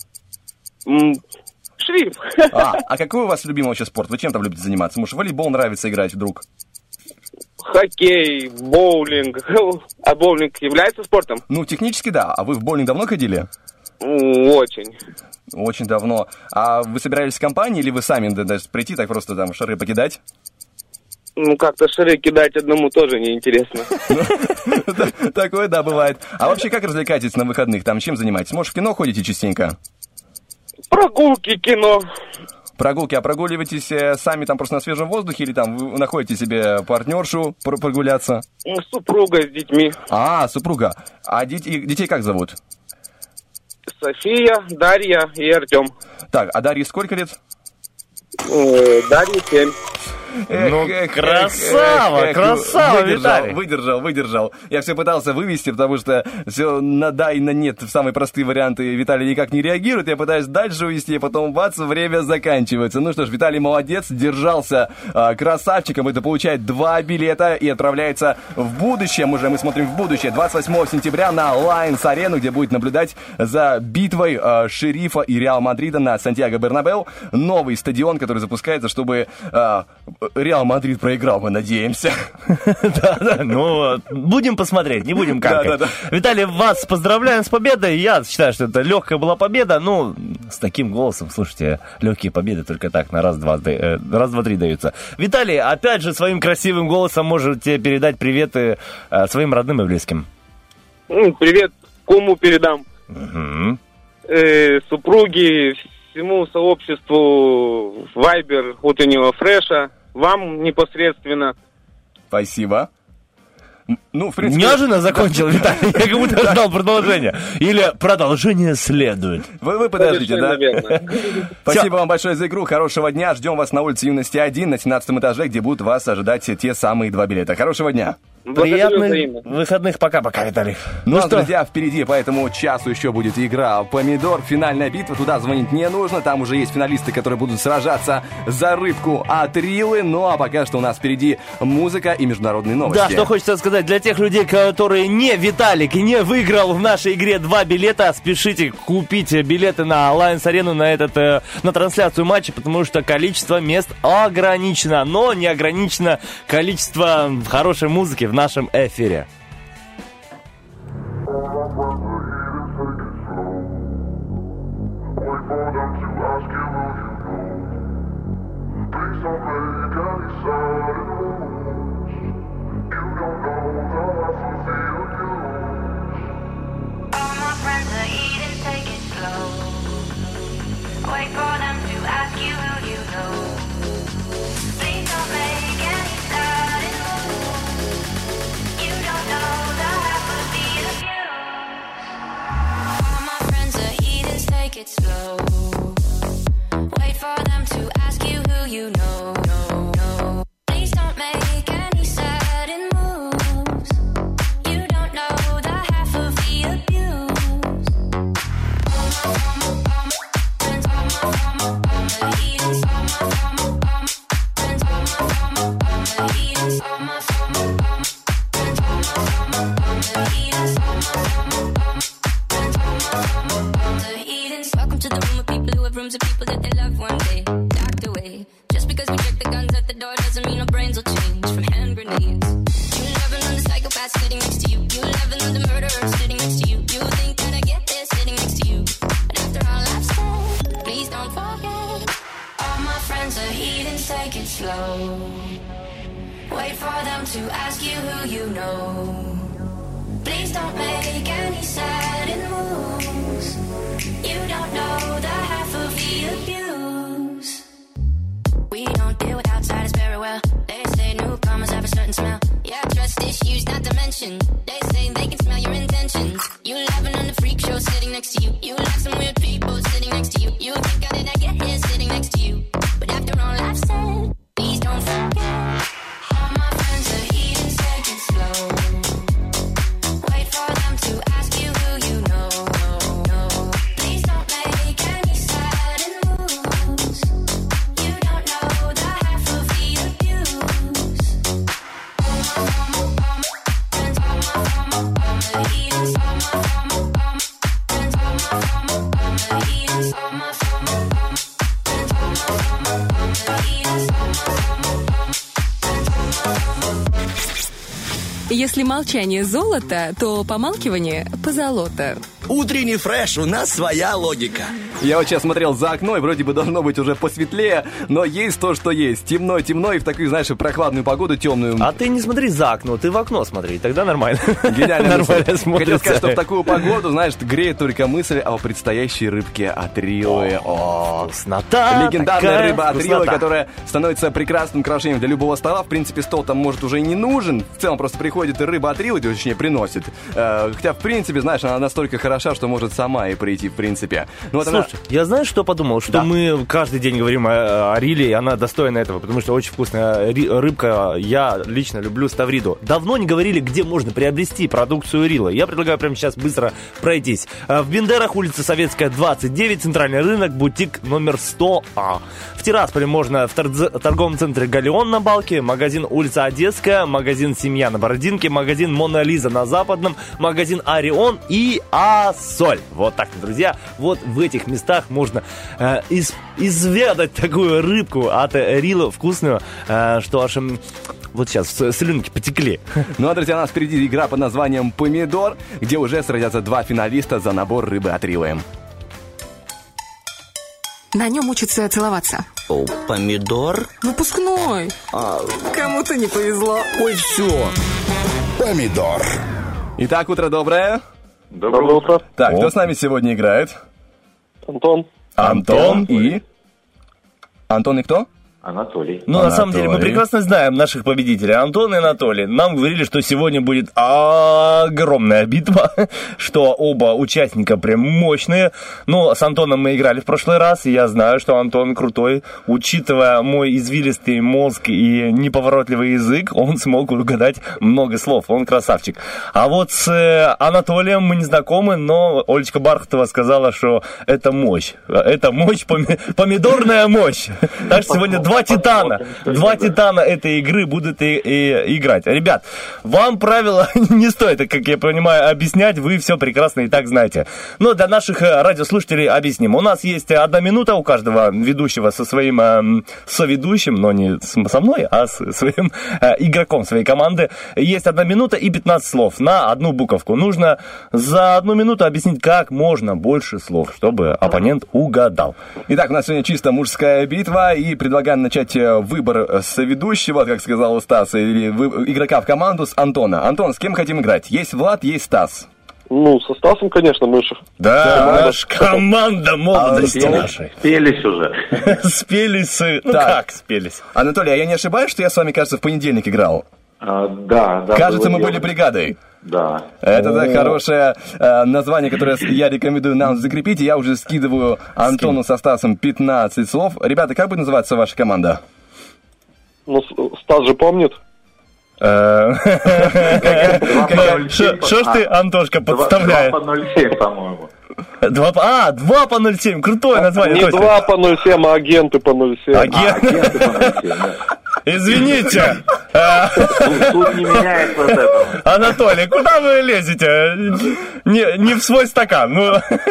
Шриф. А, а какой у вас любимый вообще спорт? Вы чем там любите заниматься? Может, в волейбол нравится играть вдруг? Хоккей, боулинг. А боулинг является спортом? Ну, технически да. А вы в боулинг давно ходили? Очень. Очень давно. А вы собирались в компании или вы сами даже прийти так просто там шары покидать? Ну, как-то шары кидать одному тоже неинтересно. Такое, да, бывает. А вообще, как развлекаетесь на выходных? Там чем занимаетесь? Может, в кино ходите частенько? Прогулки, кино. Прогулки, а прогуливаетесь сами там просто на свежем воздухе или там вы находите себе партнершу прогуляться? Супруга с детьми. А, супруга. А детей, детей как зовут? София, Дарья и Артем. Так, а Дарье сколько лет? Дарье семь. Эх, ну, эх, красава, эх, эх, красава, выдержал, Виталий. Выдержал, выдержал. Я все пытался вывести, потому что все на да и на нет, в самые простые варианты Виталий никак не реагирует. Я пытаюсь дальше увести, а потом бац, время заканчивается. Ну что ж, Виталий молодец, держался а, красавчиком. Это получает два билета и отправляется в будущее. Мы же мы смотрим в будущее. двадцать восьмого сентября на Лайнс-арену, где будет наблюдать за битвой а, Шерифа и Реал Мадрида на Сантьяго-Бернабеу. Новый стадион, который запускается, чтобы... А, Реал Мадрид проиграл, мы надеемся. Да-да, ну, будем посмотреть, не будем каркать. Виталий, вас поздравляем с победой. Я считаю, что это легкая была победа. Ну, с таким голосом, слушайте, легкие победы только так на раз-два, раз-два-три даются. Виталий, опять же, своим красивым голосом можете передать приветы своим родным и близким. Привет, кому передам? Супруге, всему сообществу Вайбер утреннего фреша. Вам непосредственно. Спасибо. Ну, в принципе... Неожиданно закончил, Виталий. Я как будто ждал продолжения. Или продолжение следует. Вы, вы подождите, да? Спасибо вам большое за игру. Хорошего дня. Ждем вас на улице Юности один на семнадцатом этаже, где будут вас ожидать те самые два билета. Хорошего дня. Приятных выходных. Пока-пока, Виталий. Ну, ну что, друзья, впереди, поэтому часу еще будет игра «Помидор». Финальная битва. Туда звонить не нужно. Там уже есть финалисты, которые будут сражаться за рыбку от Рилы. Ну, а пока что у нас впереди музыка и международные новости. Да, что хочется сказать. Для тех людей, которые не Виталик и не выиграл в нашей игре два билета, спешите купить билеты на Лайнс-арену на, этот, э, на трансляцию матча, потому что количество мест ограничено. Но не ограничено количество хорошей музыки в нашем эфире. Wait for them to ask you who you know. Please don't make any sudden moves. You don't know Welcome to the room of people who have rooms of people that they love one day docked away. Just because we check the guns at the door doesn't mean our brains will change from hand grenades. You never know the psychopath sitting next to you. You never know the murderer sitting next to you. You think that I get this sitting next to you. But after all I've said, please don't forget. All my friends are heathens, take it slow. Wait for them to ask you who you know. Please don't make any sudden moves. You don't know the half of the abuse. We don't deal with outsiders very well. They say newcomers have a certain smell. Yeah, trust issues not to mention. They say they can smell your intentions. You laughing on the freak show sitting next to you. You like some weird people sitting next to you. You think how did I get here sitting next to you? But after all I've said, please don't forget. All my friends are heathens, take it slow. Wait for them to ask you who you know. Please don't make any sudden moves. You don't know the half of the abuse. All my, all my, all my friends, all my, all my, all the heathens, all my, all my, all my friends, all my, all my, all the heathens, all my, all my, all my friends, all my, all my, all the heathens, all my, all my, all my. Если молчание золото, то помалкивание позолото. Утренний фреш, у нас своя логика. Я вот сейчас смотрел за окно, и вроде бы должно быть уже посветлее, но есть то, что есть. Темно-темно, и в такую, знаешь, прохладную погоду, темную. А ты не смотри за окно, ты в окно смотри, тогда нормально. Гениально. Нормально смотрится. Хотел сказать, что в такую погоду, знаешь, греет только мысль о предстоящей рыбке от Рилы. О, вкуснота. Легендарная рыба от вкуснота. Рилы, которая становится прекрасным украшением для любого стола. В принципе, стол там, может, уже и не нужен. В целом, просто приходит и рыба от Рилы, точнее, приносит. Э, хотя, в принципе, знаешь, она настолько хороша, что может сама и прийти, в принципе. Ну, вот Слушай, она... я знаешь, что подумал? Что Да. мы каждый день говорим о, о Риле, и она достойна этого, потому что очень вкусная ри- рыбка. Я лично люблю ставриду. Давно не говорили, где можно приобрести продукцию Рила. Я предлагаю прямо сейчас быстро пройтись. В Бендерах, улица Советская, двадцать девять, центральный рынок, бутик номер сто А. В Тирасполе можно в торз- торговом центре «Галеон» на Балке, магазин улица Одесская, магазин «Семья» на Бородинке, магазин «Мона Лиза» на Западном, магазин «Орион» и «Ассоль». Вот так, друзья, вот в этих местах можно э, из, изведать такую рыбку от э, Рила вкусную, э, что аж м, вот сейчас слюнки потекли. Ну а, друзья, у нас впереди игра под названием «Помидор», где уже сразятся два финалиста за набор рыбы от Рилы. На нем учатся целоваться. О, помидор? Выпускной. А, Кому-то не повезло. ой, все. Помидор. Итак, утро доброе. Доброе утро. Так, О. кто с нами сегодня играет? Антон. Антон и... Антон и кто? Анатолий. Ну, на самом деле, мы прекрасно знаем наших победителей, Антон и Анатолий. Нам говорили, что сегодня будет огромная битва, что оба участника прям мощные. Но с Антоном мы играли в прошлый раз, и я знаю, что Антон крутой. Учитывая мой извилистый мозг и неповоротливый язык, он смог угадать много слов. Он красавчик. А вот с Анатолием мы не знакомы, но Олечка Бархатова сказала, что это мощь. Это мощь, поми- помидорная мощь. Так что сегодня два титана. Два титана этой игры будут и, и, играть. Ребят, вам правила не стоит, как я понимаю, объяснять. Вы все прекрасно и так знаете. Но для наших радиослушателей объясним. У нас есть одна минута у каждого ведущего со своим э, соведущим, но не со мной, а с своим э, игроком своей команды. Есть одна минута и пятнадцать слов на одну буковку. Нужно за одну минуту объяснить как можно больше слов, чтобы оппонент угадал. Итак, у нас сегодня чисто мужская битва, и предлагаем начать выбор соведущего, как сказал Стас, или вы, игрока в команду с Антона. Антон, с кем хотим играть? Есть Влад, есть Стас. Ну, со Стасом, конечно, мы же. Да, наша команда молодости Антон. нашей. Спелись уже. Спелись, ну Так. как спелись? Анатолий, а я не ошибаюсь, что я с вами, кажется, в понедельник играл? А, да, да. Кажется, было мы были дело. бригадой. Да. Это да, О. хорошее э, название, которое я рекомендую нам закрепить. И я уже скидываю Антону со Стасом пятнадцать слов. Ребята, как будет называться ваша команда? Ну, С- Стас же помнит. Что ж ты, Антошка, подставляешь? два по ноль семь, по-моему. Два по- А, два по ноль семь, крутое название. Не точно. два по ноль семь, а агенты по ноль семь. Агент. Агенты по ноль семь, да. Извините. Тут не меняется от этого. Анатолий, куда вы лезете? Не, не в свой стакан. Ну.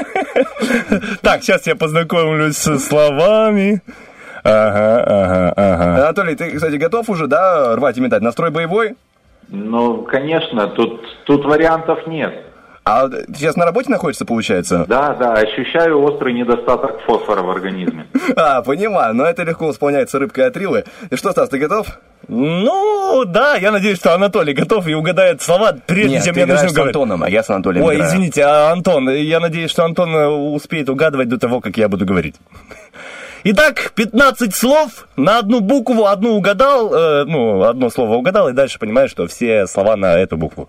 Так, сейчас я познакомлюсь со словами. Ага, ага, ага. Анатолий, ты, кстати, готов уже, да, рвать и метать? Настрой боевой? Ну, конечно, тут, тут вариантов нет. А сейчас на работе находишься, получается? Да, да, ощущаю острый недостаток фосфора в организме. А, понимаю, но это легко восполняется рыбкой от Рилы. И что, Стас, ты готов? Ну, да, я надеюсь, что Анатолий готов и угадает слова, прежде Нет, чем ты я начну играешь с говорить. Антоном, а я с Анатолием Ой, играю. извините, а Антон, я надеюсь, что Антон успеет угадывать до того, как я буду говорить. Итак, пятнадцать слов на одну букву, одну угадал, э, ну, одно слово угадал, и дальше понимаешь, что все слова на эту букву.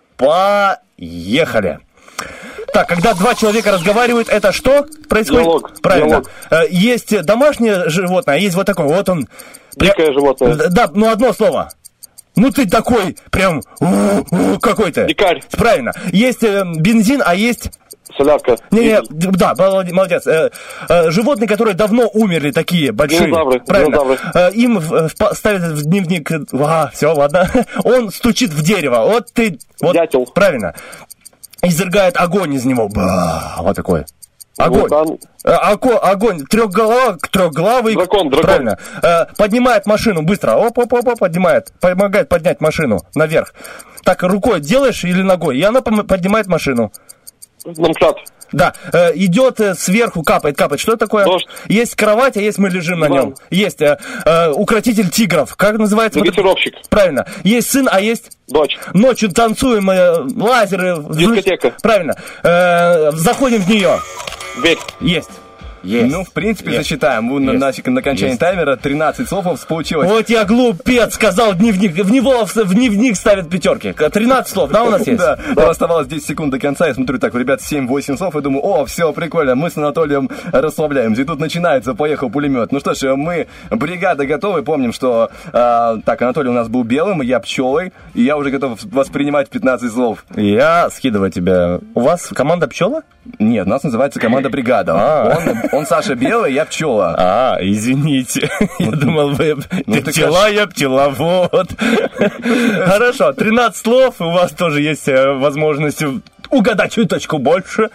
Поехали. Так, когда два человека разговаривают, это что происходит? Диалог. Правильно. Диалог. Э, Есть домашнее животное, а есть вот такое, вот он. Дикое животное. Да, ну одно слово. Ну ты такой прям у-у-у, какой-то. Дикарь. Правильно. Есть э, бензин, а есть... Солярка. Не-не, да, молодец. молодец. Э, э, животные, которые давно умерли, такие большие. Динозавры. Правильно. Динозавры. Э, им в- в- ставят в дневник... А, все, ладно. Он стучит в дерево. Вот ты... Вот, Дятел. правильно. Изрыгает огонь из него. Ба, вот такой. Огонь. Вулкан. Э, око- огонь. Трехголовый. Трехглавый. Дракон, дракон. Правильно. Э, поднимает машину быстро. Оп-оп-оп, поднимает. Помогает поднять машину наверх. Так, рукой делаешь или ногой? И она пом- поднимает машину. Домкрат. Да, э, идет э, сверху, капает, капает. Что это такое? Дождь. Есть кровать, а есть мы лежим на Диван. нем. Есть э, э, укротитель тигров. Как называется? Вот это? Дрессировщик. Правильно. Есть сын, а есть... Дочь. Ночью танцуем, э, лазеры. Дискотека. Правильно. Э, заходим в нее. Дверь. Есть. Есть. Ну, в принципе, Есть. засчитаем. Вон на, Есть. на, на окончании Есть. таймера тринадцать слов получилось. Вот я глупец, сказал дневник. В него в, в дневник ставят пятерки. тринадцать слов, да, у нас есть? Да, да. Оставалось десять секунд до конца. Я смотрю, так, ребят, семь-восемь слов. И думаю, о, все, прикольно, мы с Анатолием расслабляемся. И тут начинается, поехал пулемет. Ну что ж, мы, бригада, готовы. Помним, что, э, так, Анатолий у нас был белым, я пчелой. И я уже готов воспринимать пятнадцать слов. Я скидываю тебя. У вас команда пчела? Нет, у нас называется команда бригада. А. Он, он Саша белый, я пчела. А, извините. Я думал, вы Ну, ты ты пчела, я пчеловод. Хорошо, тринадцать слов. У вас тоже есть э, возможность угадать чуточку больше.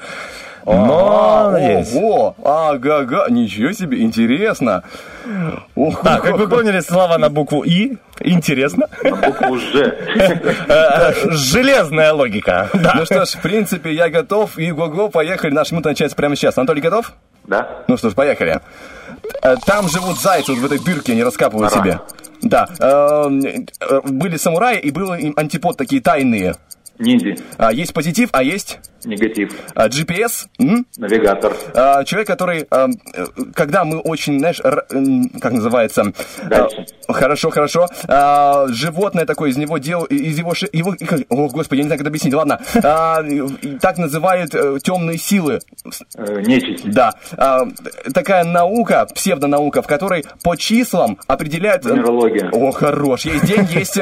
Но есть. Ого, ага-га, ничего себе, интересно. Ох, Так, как вы поняли, слова на букву И. Интересно. На букву Ж. Э, Железная логика. Да. Ну что ж, в принципе, я готов. И го-го, поехали. Наша минута начинается прямо сейчас. Анатолий, готов? Да? Ну что ж, поехали. Э, Там живут зайцы, вот в этой дырке, они раскапывают Ага. себе. Да. Э, э, Были самураи, и был им антипод такие тайные. Ниндзя. А, Есть позитив, а есть Негатив. а, джи пи эс. М? Навигатор. А, Человек, который, а, э, когда мы очень, знаешь, р- м, как называется? Дальше. А, Хорошо, хорошо. А, Животное такое из него делают, из его, ши- его, как- о, господи, я не знаю, как это объяснить. Ладно. А, и Так называют э, темные силы. Э, Нечисть. Да. А, Такая наука, псевдонаука, в которой по числам определяют... э, Нумерология. О, хорош. Есть день, есть...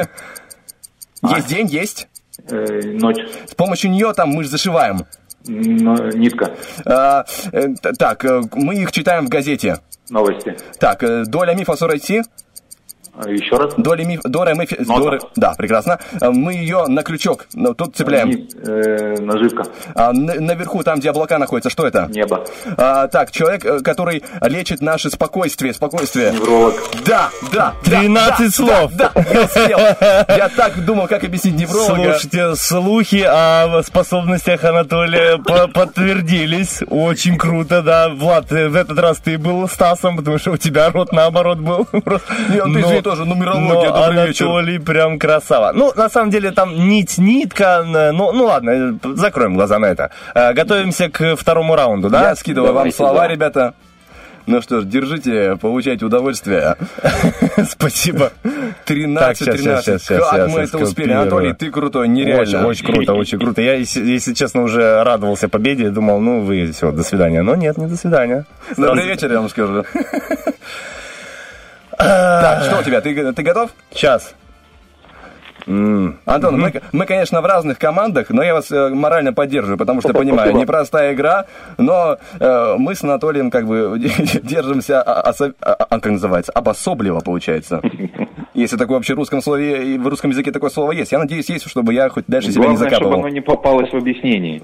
Есть день, есть. Э, Ночь. С помощью нее там мы же зашиваем. Н- Нитка. А, э, т- Так, э, мы их читаем в газете. Новости. Так, э, доля мифа Сорайти. А, Еще раз. Доля миф... Доля миф... Нота. Доля- Да, прекрасно. Э, Мы ее на крючок, ну, тут цепляем. Ни- э, Наживка. А, н- Наверху, там, где облака находятся, что это? Небо. А, Так, человек, э, который лечит наше спокойствие, спокойствие. Невролог. Да, да, да, тринадцать да, слов. Да, да, я успел. Я так думал, как объяснить невролога. Слушайте, слухи о способностях Анатолия по- подтвердились. Очень круто, да. Влад, э, в этот раз ты был Стасом, потому что у тебя рот наоборот был. Не, ну ты извини, тоже нумерология, но добрый вечер. Анатолий прям красава. Ну, на самом деле, там нить-нитка. э, Ну, ну ладно, э, закроем глаза на это. Э, Готовимся к второму раунду, да? Я скидываю вам Давайте, слова, да. ребята. Ну что ж, держите, получайте удовольствие. Спасибо. тринадцать Так, щас, щас, тринадцать. щас, щас, Как я мы это успели? скопирую. Анатолий, ты крутой, Очень, нереально. очень круто, очень круто. Я, если, если честно, уже радовался победе. Думал, ну вы все, до свидания. Но нет, не до свидания. Добрый вечер, я вам скажу. Так, что у тебя? Ты, ты готов? Сейчас. М. Антон, мы, мы, конечно, в разных командах, но я вас э, морально поддерживаю, потому что понимаю, Спасибо. непростая игра, но э, мы с Анатолием как бы держимся, а- осо- а- а- как называется, обособливо, получается. Если такое вообще в русском слове, и в русском языке такое слово есть. Я надеюсь, есть, чтобы я хоть дальше себя не Главное, закапывал. чтобы оно не попалось в объяснении.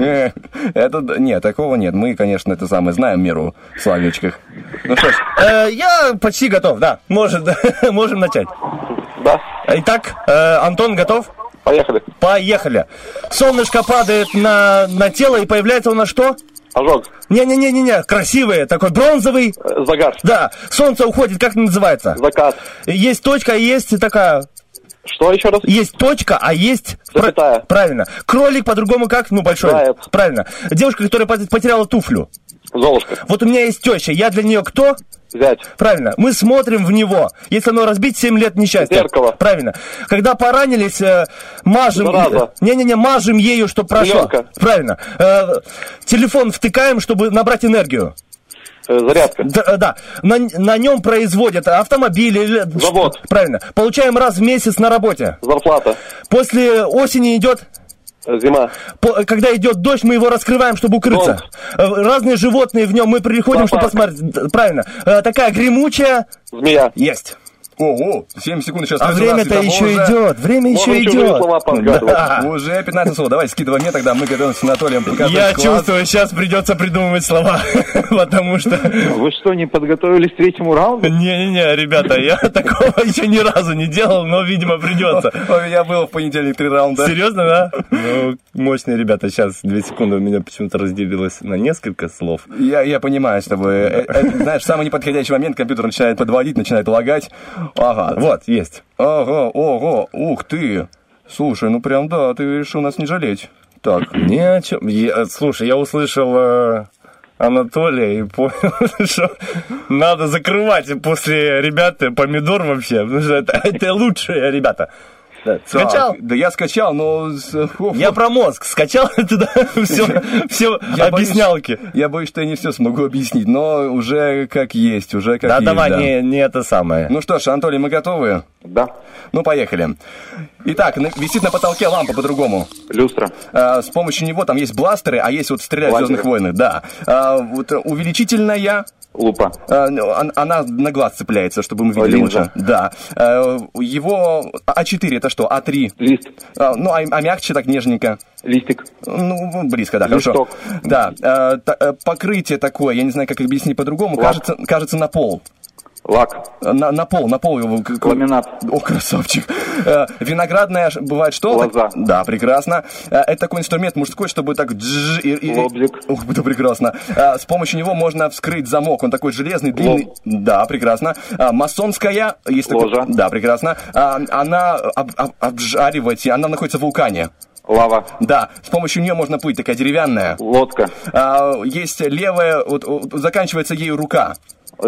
Это, нет, такого нет. Мы, конечно, это самое, знаем меру в словечках. Ну что ж, Э, я почти готов, да. Может, можем начать. Да. Итак, э, Антон готов? Поехали. Поехали. Солнышко падает на, на тело, и появляется у нас что? Ожог. Не-не-не-не-не, красивый, такой бронзовый. Загар. Да, солнце уходит, как это называется? Закат. Есть точка, а есть такая... Что еще раз? Есть точка, а есть... Запятая. Пр- Правильно. Кролик по-другому как? Ну, большой. Заяц. Правильно. Девушка, которая пот- потеряла туфлю. Золушка. Вот у меня есть теща, я для нее кто? Зять. Правильно. Мы смотрим в него. Если оно разбить, семь лет несчастья. Зеркало. Правильно. Когда поранились, э, мажем... Зараза. Не-не-не, мажем ею, чтобы прошло. Зеленка. Правильно. Э, телефон втыкаем, чтобы набрать энергию. Э, Зарядка. Да, да. На, на нем производят автомобили. или- Завод. Правильно. Получаем раз в месяц на работе. Зарплата. После осени идет... Э, Зима. По- когда идет дождь, мы его раскрываем, чтобы укрыться. Э, Разные животные в нем мы приходим, чтобы Зоопарк. посмотреть. Д- Правильно. Э, Такая гремучая. Змея. Есть. ого, семь секунд сейчас. А время-то еще идет. Время Можно еще чужие идет. слова подгадывать. Да. Уже пятнадцать слов. Давайте скидывай мне, тогда мы готовимся с Анатолием показать Я класс. чувствую, сейчас придется придумывать слова, потому что... Вы что, не подготовились к третьему раунду? Не-не-не, ребята, я такого еще ни разу не делал, но, видимо, придется. У меня было в понедельник три раунда. Серьезно, да? Ну, мощные ребята. Сейчас, две секунды, у меня почему-то разделилось на несколько слов. Я, я понимаю, что вы... э, э, Знаешь, в самый неподходящий момент компьютер начинает подводить, начинает лагать. Ага, Вот, есть. ага, ого, ух ты. Слушай, ну прям да, ты решил нас не жалеть. Так, Ни о чем. Я- слушай, я услышал э, Анатолия и понял, что надо закрывать после ребят помидор вообще, потому что это, это лучшие ребята. Да. Скачал? так, да я скачал, но... с- фу, Я фу. про мозг скачал туда все, все Я боюсь- объяснялки. Я боюсь, что я не все смогу объяснить, но уже как есть, уже как Да, есть. давай, да. Не, не это самое. Ну что ж, Анатолий, мы готовы? Да. Ну, поехали. Итак, на- висит на потолке лампа по-другому. Люстра. А, с помощью него там есть бластеры, а есть вот стрелять в Лазеры. «Звездных войнах», да. А, вот э, увеличительная... Лупа. а, ну, он- она на глаз цепляется, чтобы мы видели Линза. лучше. Да. А, его А четыре это что? А три? Лист. А, ну, а, а мягче так нежненько. Листик. Ну, близко, да, Листок. хорошо. Да. а, та- а, покрытие такое, я не знаю, как объяснить по-другому, Лак. кажется, кажется на пол. Лак. На, на пол, на пол его. к- к- Ламинат. О, красавчик. Э, Виноградная ш- бывает что? Лоза. Да, прекрасно. Э, Это такой инструмент мужской, чтобы так... джж и- и- Лобзик. Ух, это прекрасно. Э, С помощью него можно вскрыть замок. Он такой железный, длинный. Лом. Да, прекрасно. А, Масонская... Есть такой- Ложа. Да, прекрасно. А, Она об- об- обжаривать, она находится в вулкане. Лава. Да, с помощью нее можно плыть, такая деревянная. Лодка. А, Есть левая, вот, вот, заканчивается ею рука. Э,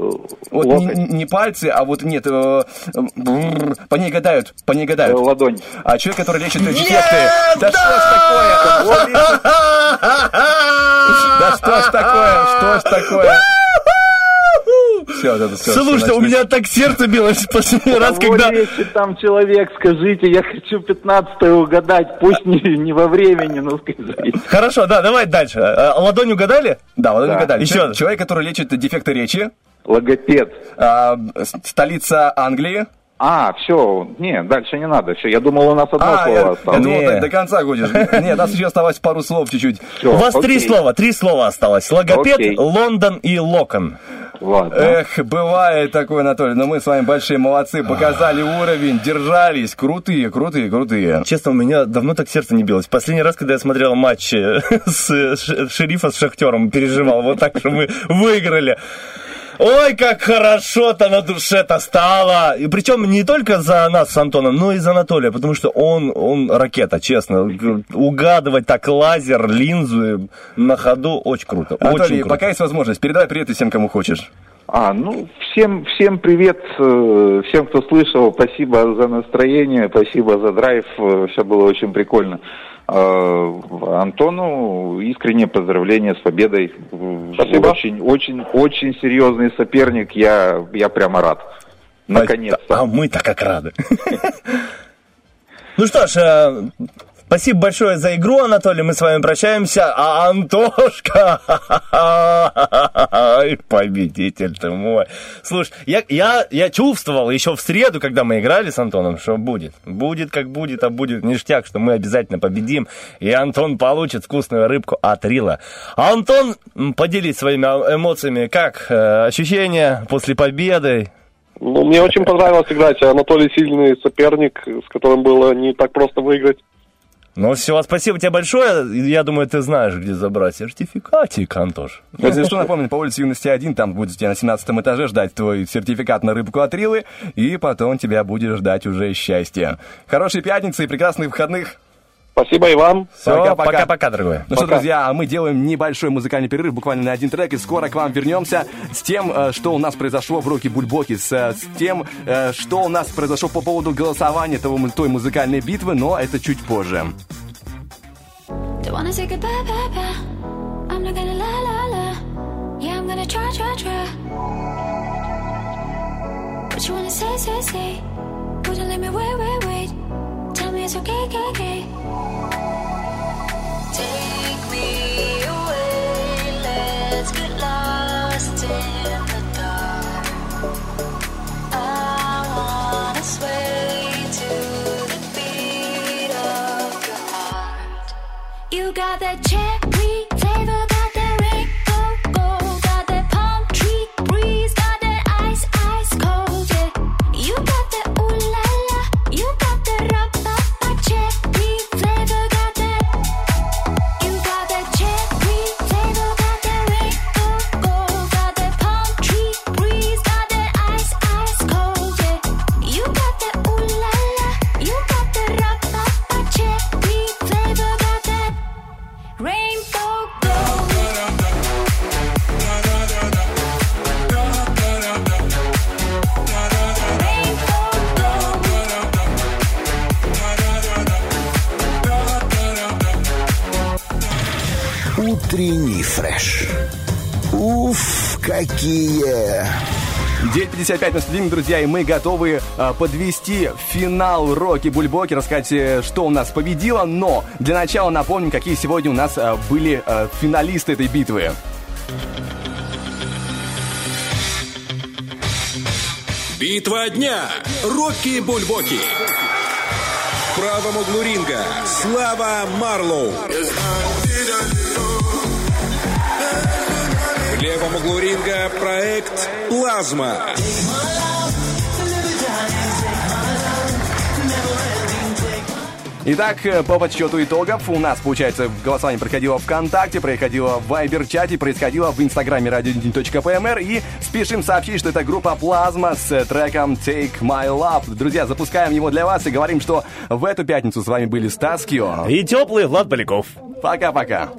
Вот не, локоть. не пальцы, а вот нет, э, бррр, по ней гадают, по ней Э, гадают. Ладонь. А человек, который лечит дефекты. Да что ж такое? Да что ж такое? Что ж такое? Все, это все. Слушай, у меня так сердце билось в последний раз, Кого когда... лечит там человек, скажите, я хочу пятнадцатое угадать, пусть не, не во времени, но скажите. Хорошо, да, давай дальше. А, Ладонь угадали? Да, вот это Да. гадали. Еще Человек, раз. человек, который лечит дефекты речи. Логопед. а, с- Столица Англии. А, все, не, дальше не надо, все, я думал, у нас одно А, слово я, я осталось. думал, Не. до, до конца будешь. Нет, у нас еще осталось пару слов чуть-чуть. Всё, У вас три окей. слова, три слова осталось. Логопед, Окей. Лондон и Локон. Ладно. Эх, бывает такое, Анатолий, но мы с вами большие молодцы, показали уровень, держались, крутые, крутые, крутые. Честно, у меня давно так сердце не билось. Последний раз, когда я смотрел матч э, с ш- Шерифа с Шахтером, переживал вот так, что мы выиграли. Ой, как хорошо-то на душе-то стало. И причем не только за нас с Антоном, но и за Анатолия, потому что он, он ракета, честно. Угадывать так лазер, линзу на ходу очень круто. Анатолий, очень круто. пока есть возможность, передай привет всем, кому хочешь. А, ну, всем, всем привет, э, всем, кто слышал, спасибо за настроение, спасибо за драйв, все было очень прикольно. Э, Антону искреннее поздравления с победой. Спасибо. Очень, очень, очень серьезный соперник, я, я прямо рад. Наконец-то. А мы-то как рады. Ну что ж, э, Спасибо большое за игру, Анатолий. Мы с вами прощаемся. А Антошка, ай, победитель ты мой. Слушай, я, я, я чувствовал еще в среду, когда мы играли с Антоном, что будет. Будет как будет, а будет ништяк, что мы обязательно победим. И Антон получит вкусную рыбку от Рила. А Антон, поделись своими эмоциями. Как ощущения после победы? Ну, мне очень понравилось играть. Анатолий сильный соперник, с которым было не так просто выиграть. Ну все, спасибо тебе большое. Я думаю, ты знаешь, где забрать сертификатик, Антош. Если что, напомню, по улице Юности один, там будет тебя на семнадцатом этаже ждать твой сертификат на рыбку от Рилы, и потом тебя будет ждать уже счастье. Хорошей пятницы и прекрасных выходных. Спасибо и вам. Все, пока-пока, дорогой. Ну что, друзья, мы делаем небольшой музыкальный перерыв, буквально на один трек, и скоро к вам вернемся с тем, что у нас произошло в Роки Бульбоки, с, с тем, что у нас произошло по поводу голосования того, той музыкальной битвы, но это чуть позже. Don't wanna say goodbye, bye, bye. I'm not gonna lie, lie, lie. Yeah, I'm gonna try, try, try. What you wanna say, say, say. Wouldn't let me wait, wait, wait. Tell me it's okay, okay, okay. Take me away, let's get lost in the dark. I wanna sway to the beat of your heart. You got that cherry flavor, got that rainbow gold, got that palm tree breeze, got that ice, ice cold, yeah. You got that ooh la la, you got that ra-ba-ba cherry flavor, got that. You got that cherry flavor, got that rainbow gold, got that palm tree breeze, got that ice, ice cold, yeah. You got that ooh la la, you got that ra-ba-ba cherry flavor, got that rainbow gold. Утренний фреш. Уф, какие... девять пятьдесят пять на студии, друзья, и мы готовы э, подвести финал Роки Бульбоки, рассказать, э, что у нас победило, но для начала напомним, какие сегодня у нас э, были э, финалисты этой битвы. Битва дня. Роки Бульбоки. В правом углу ринга Слава Марлоу. В левом углу ринга проект «Плазма». Итак, по подсчету итогов у нас, получается, голосование проходило ВКонтакте, происходило в Вайбер-чате, происходило в Инстаграме радио один точка пи эм эр, и спешим сообщить, что это группа «Плазма» с треком «Take My Love». Друзья, запускаем его для вас и говорим, что в эту пятницу с вами были Стас Кио и теплый Влад Поляков. Пока-пока.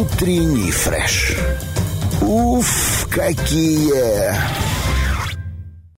Утренний фреш. Уф, какие!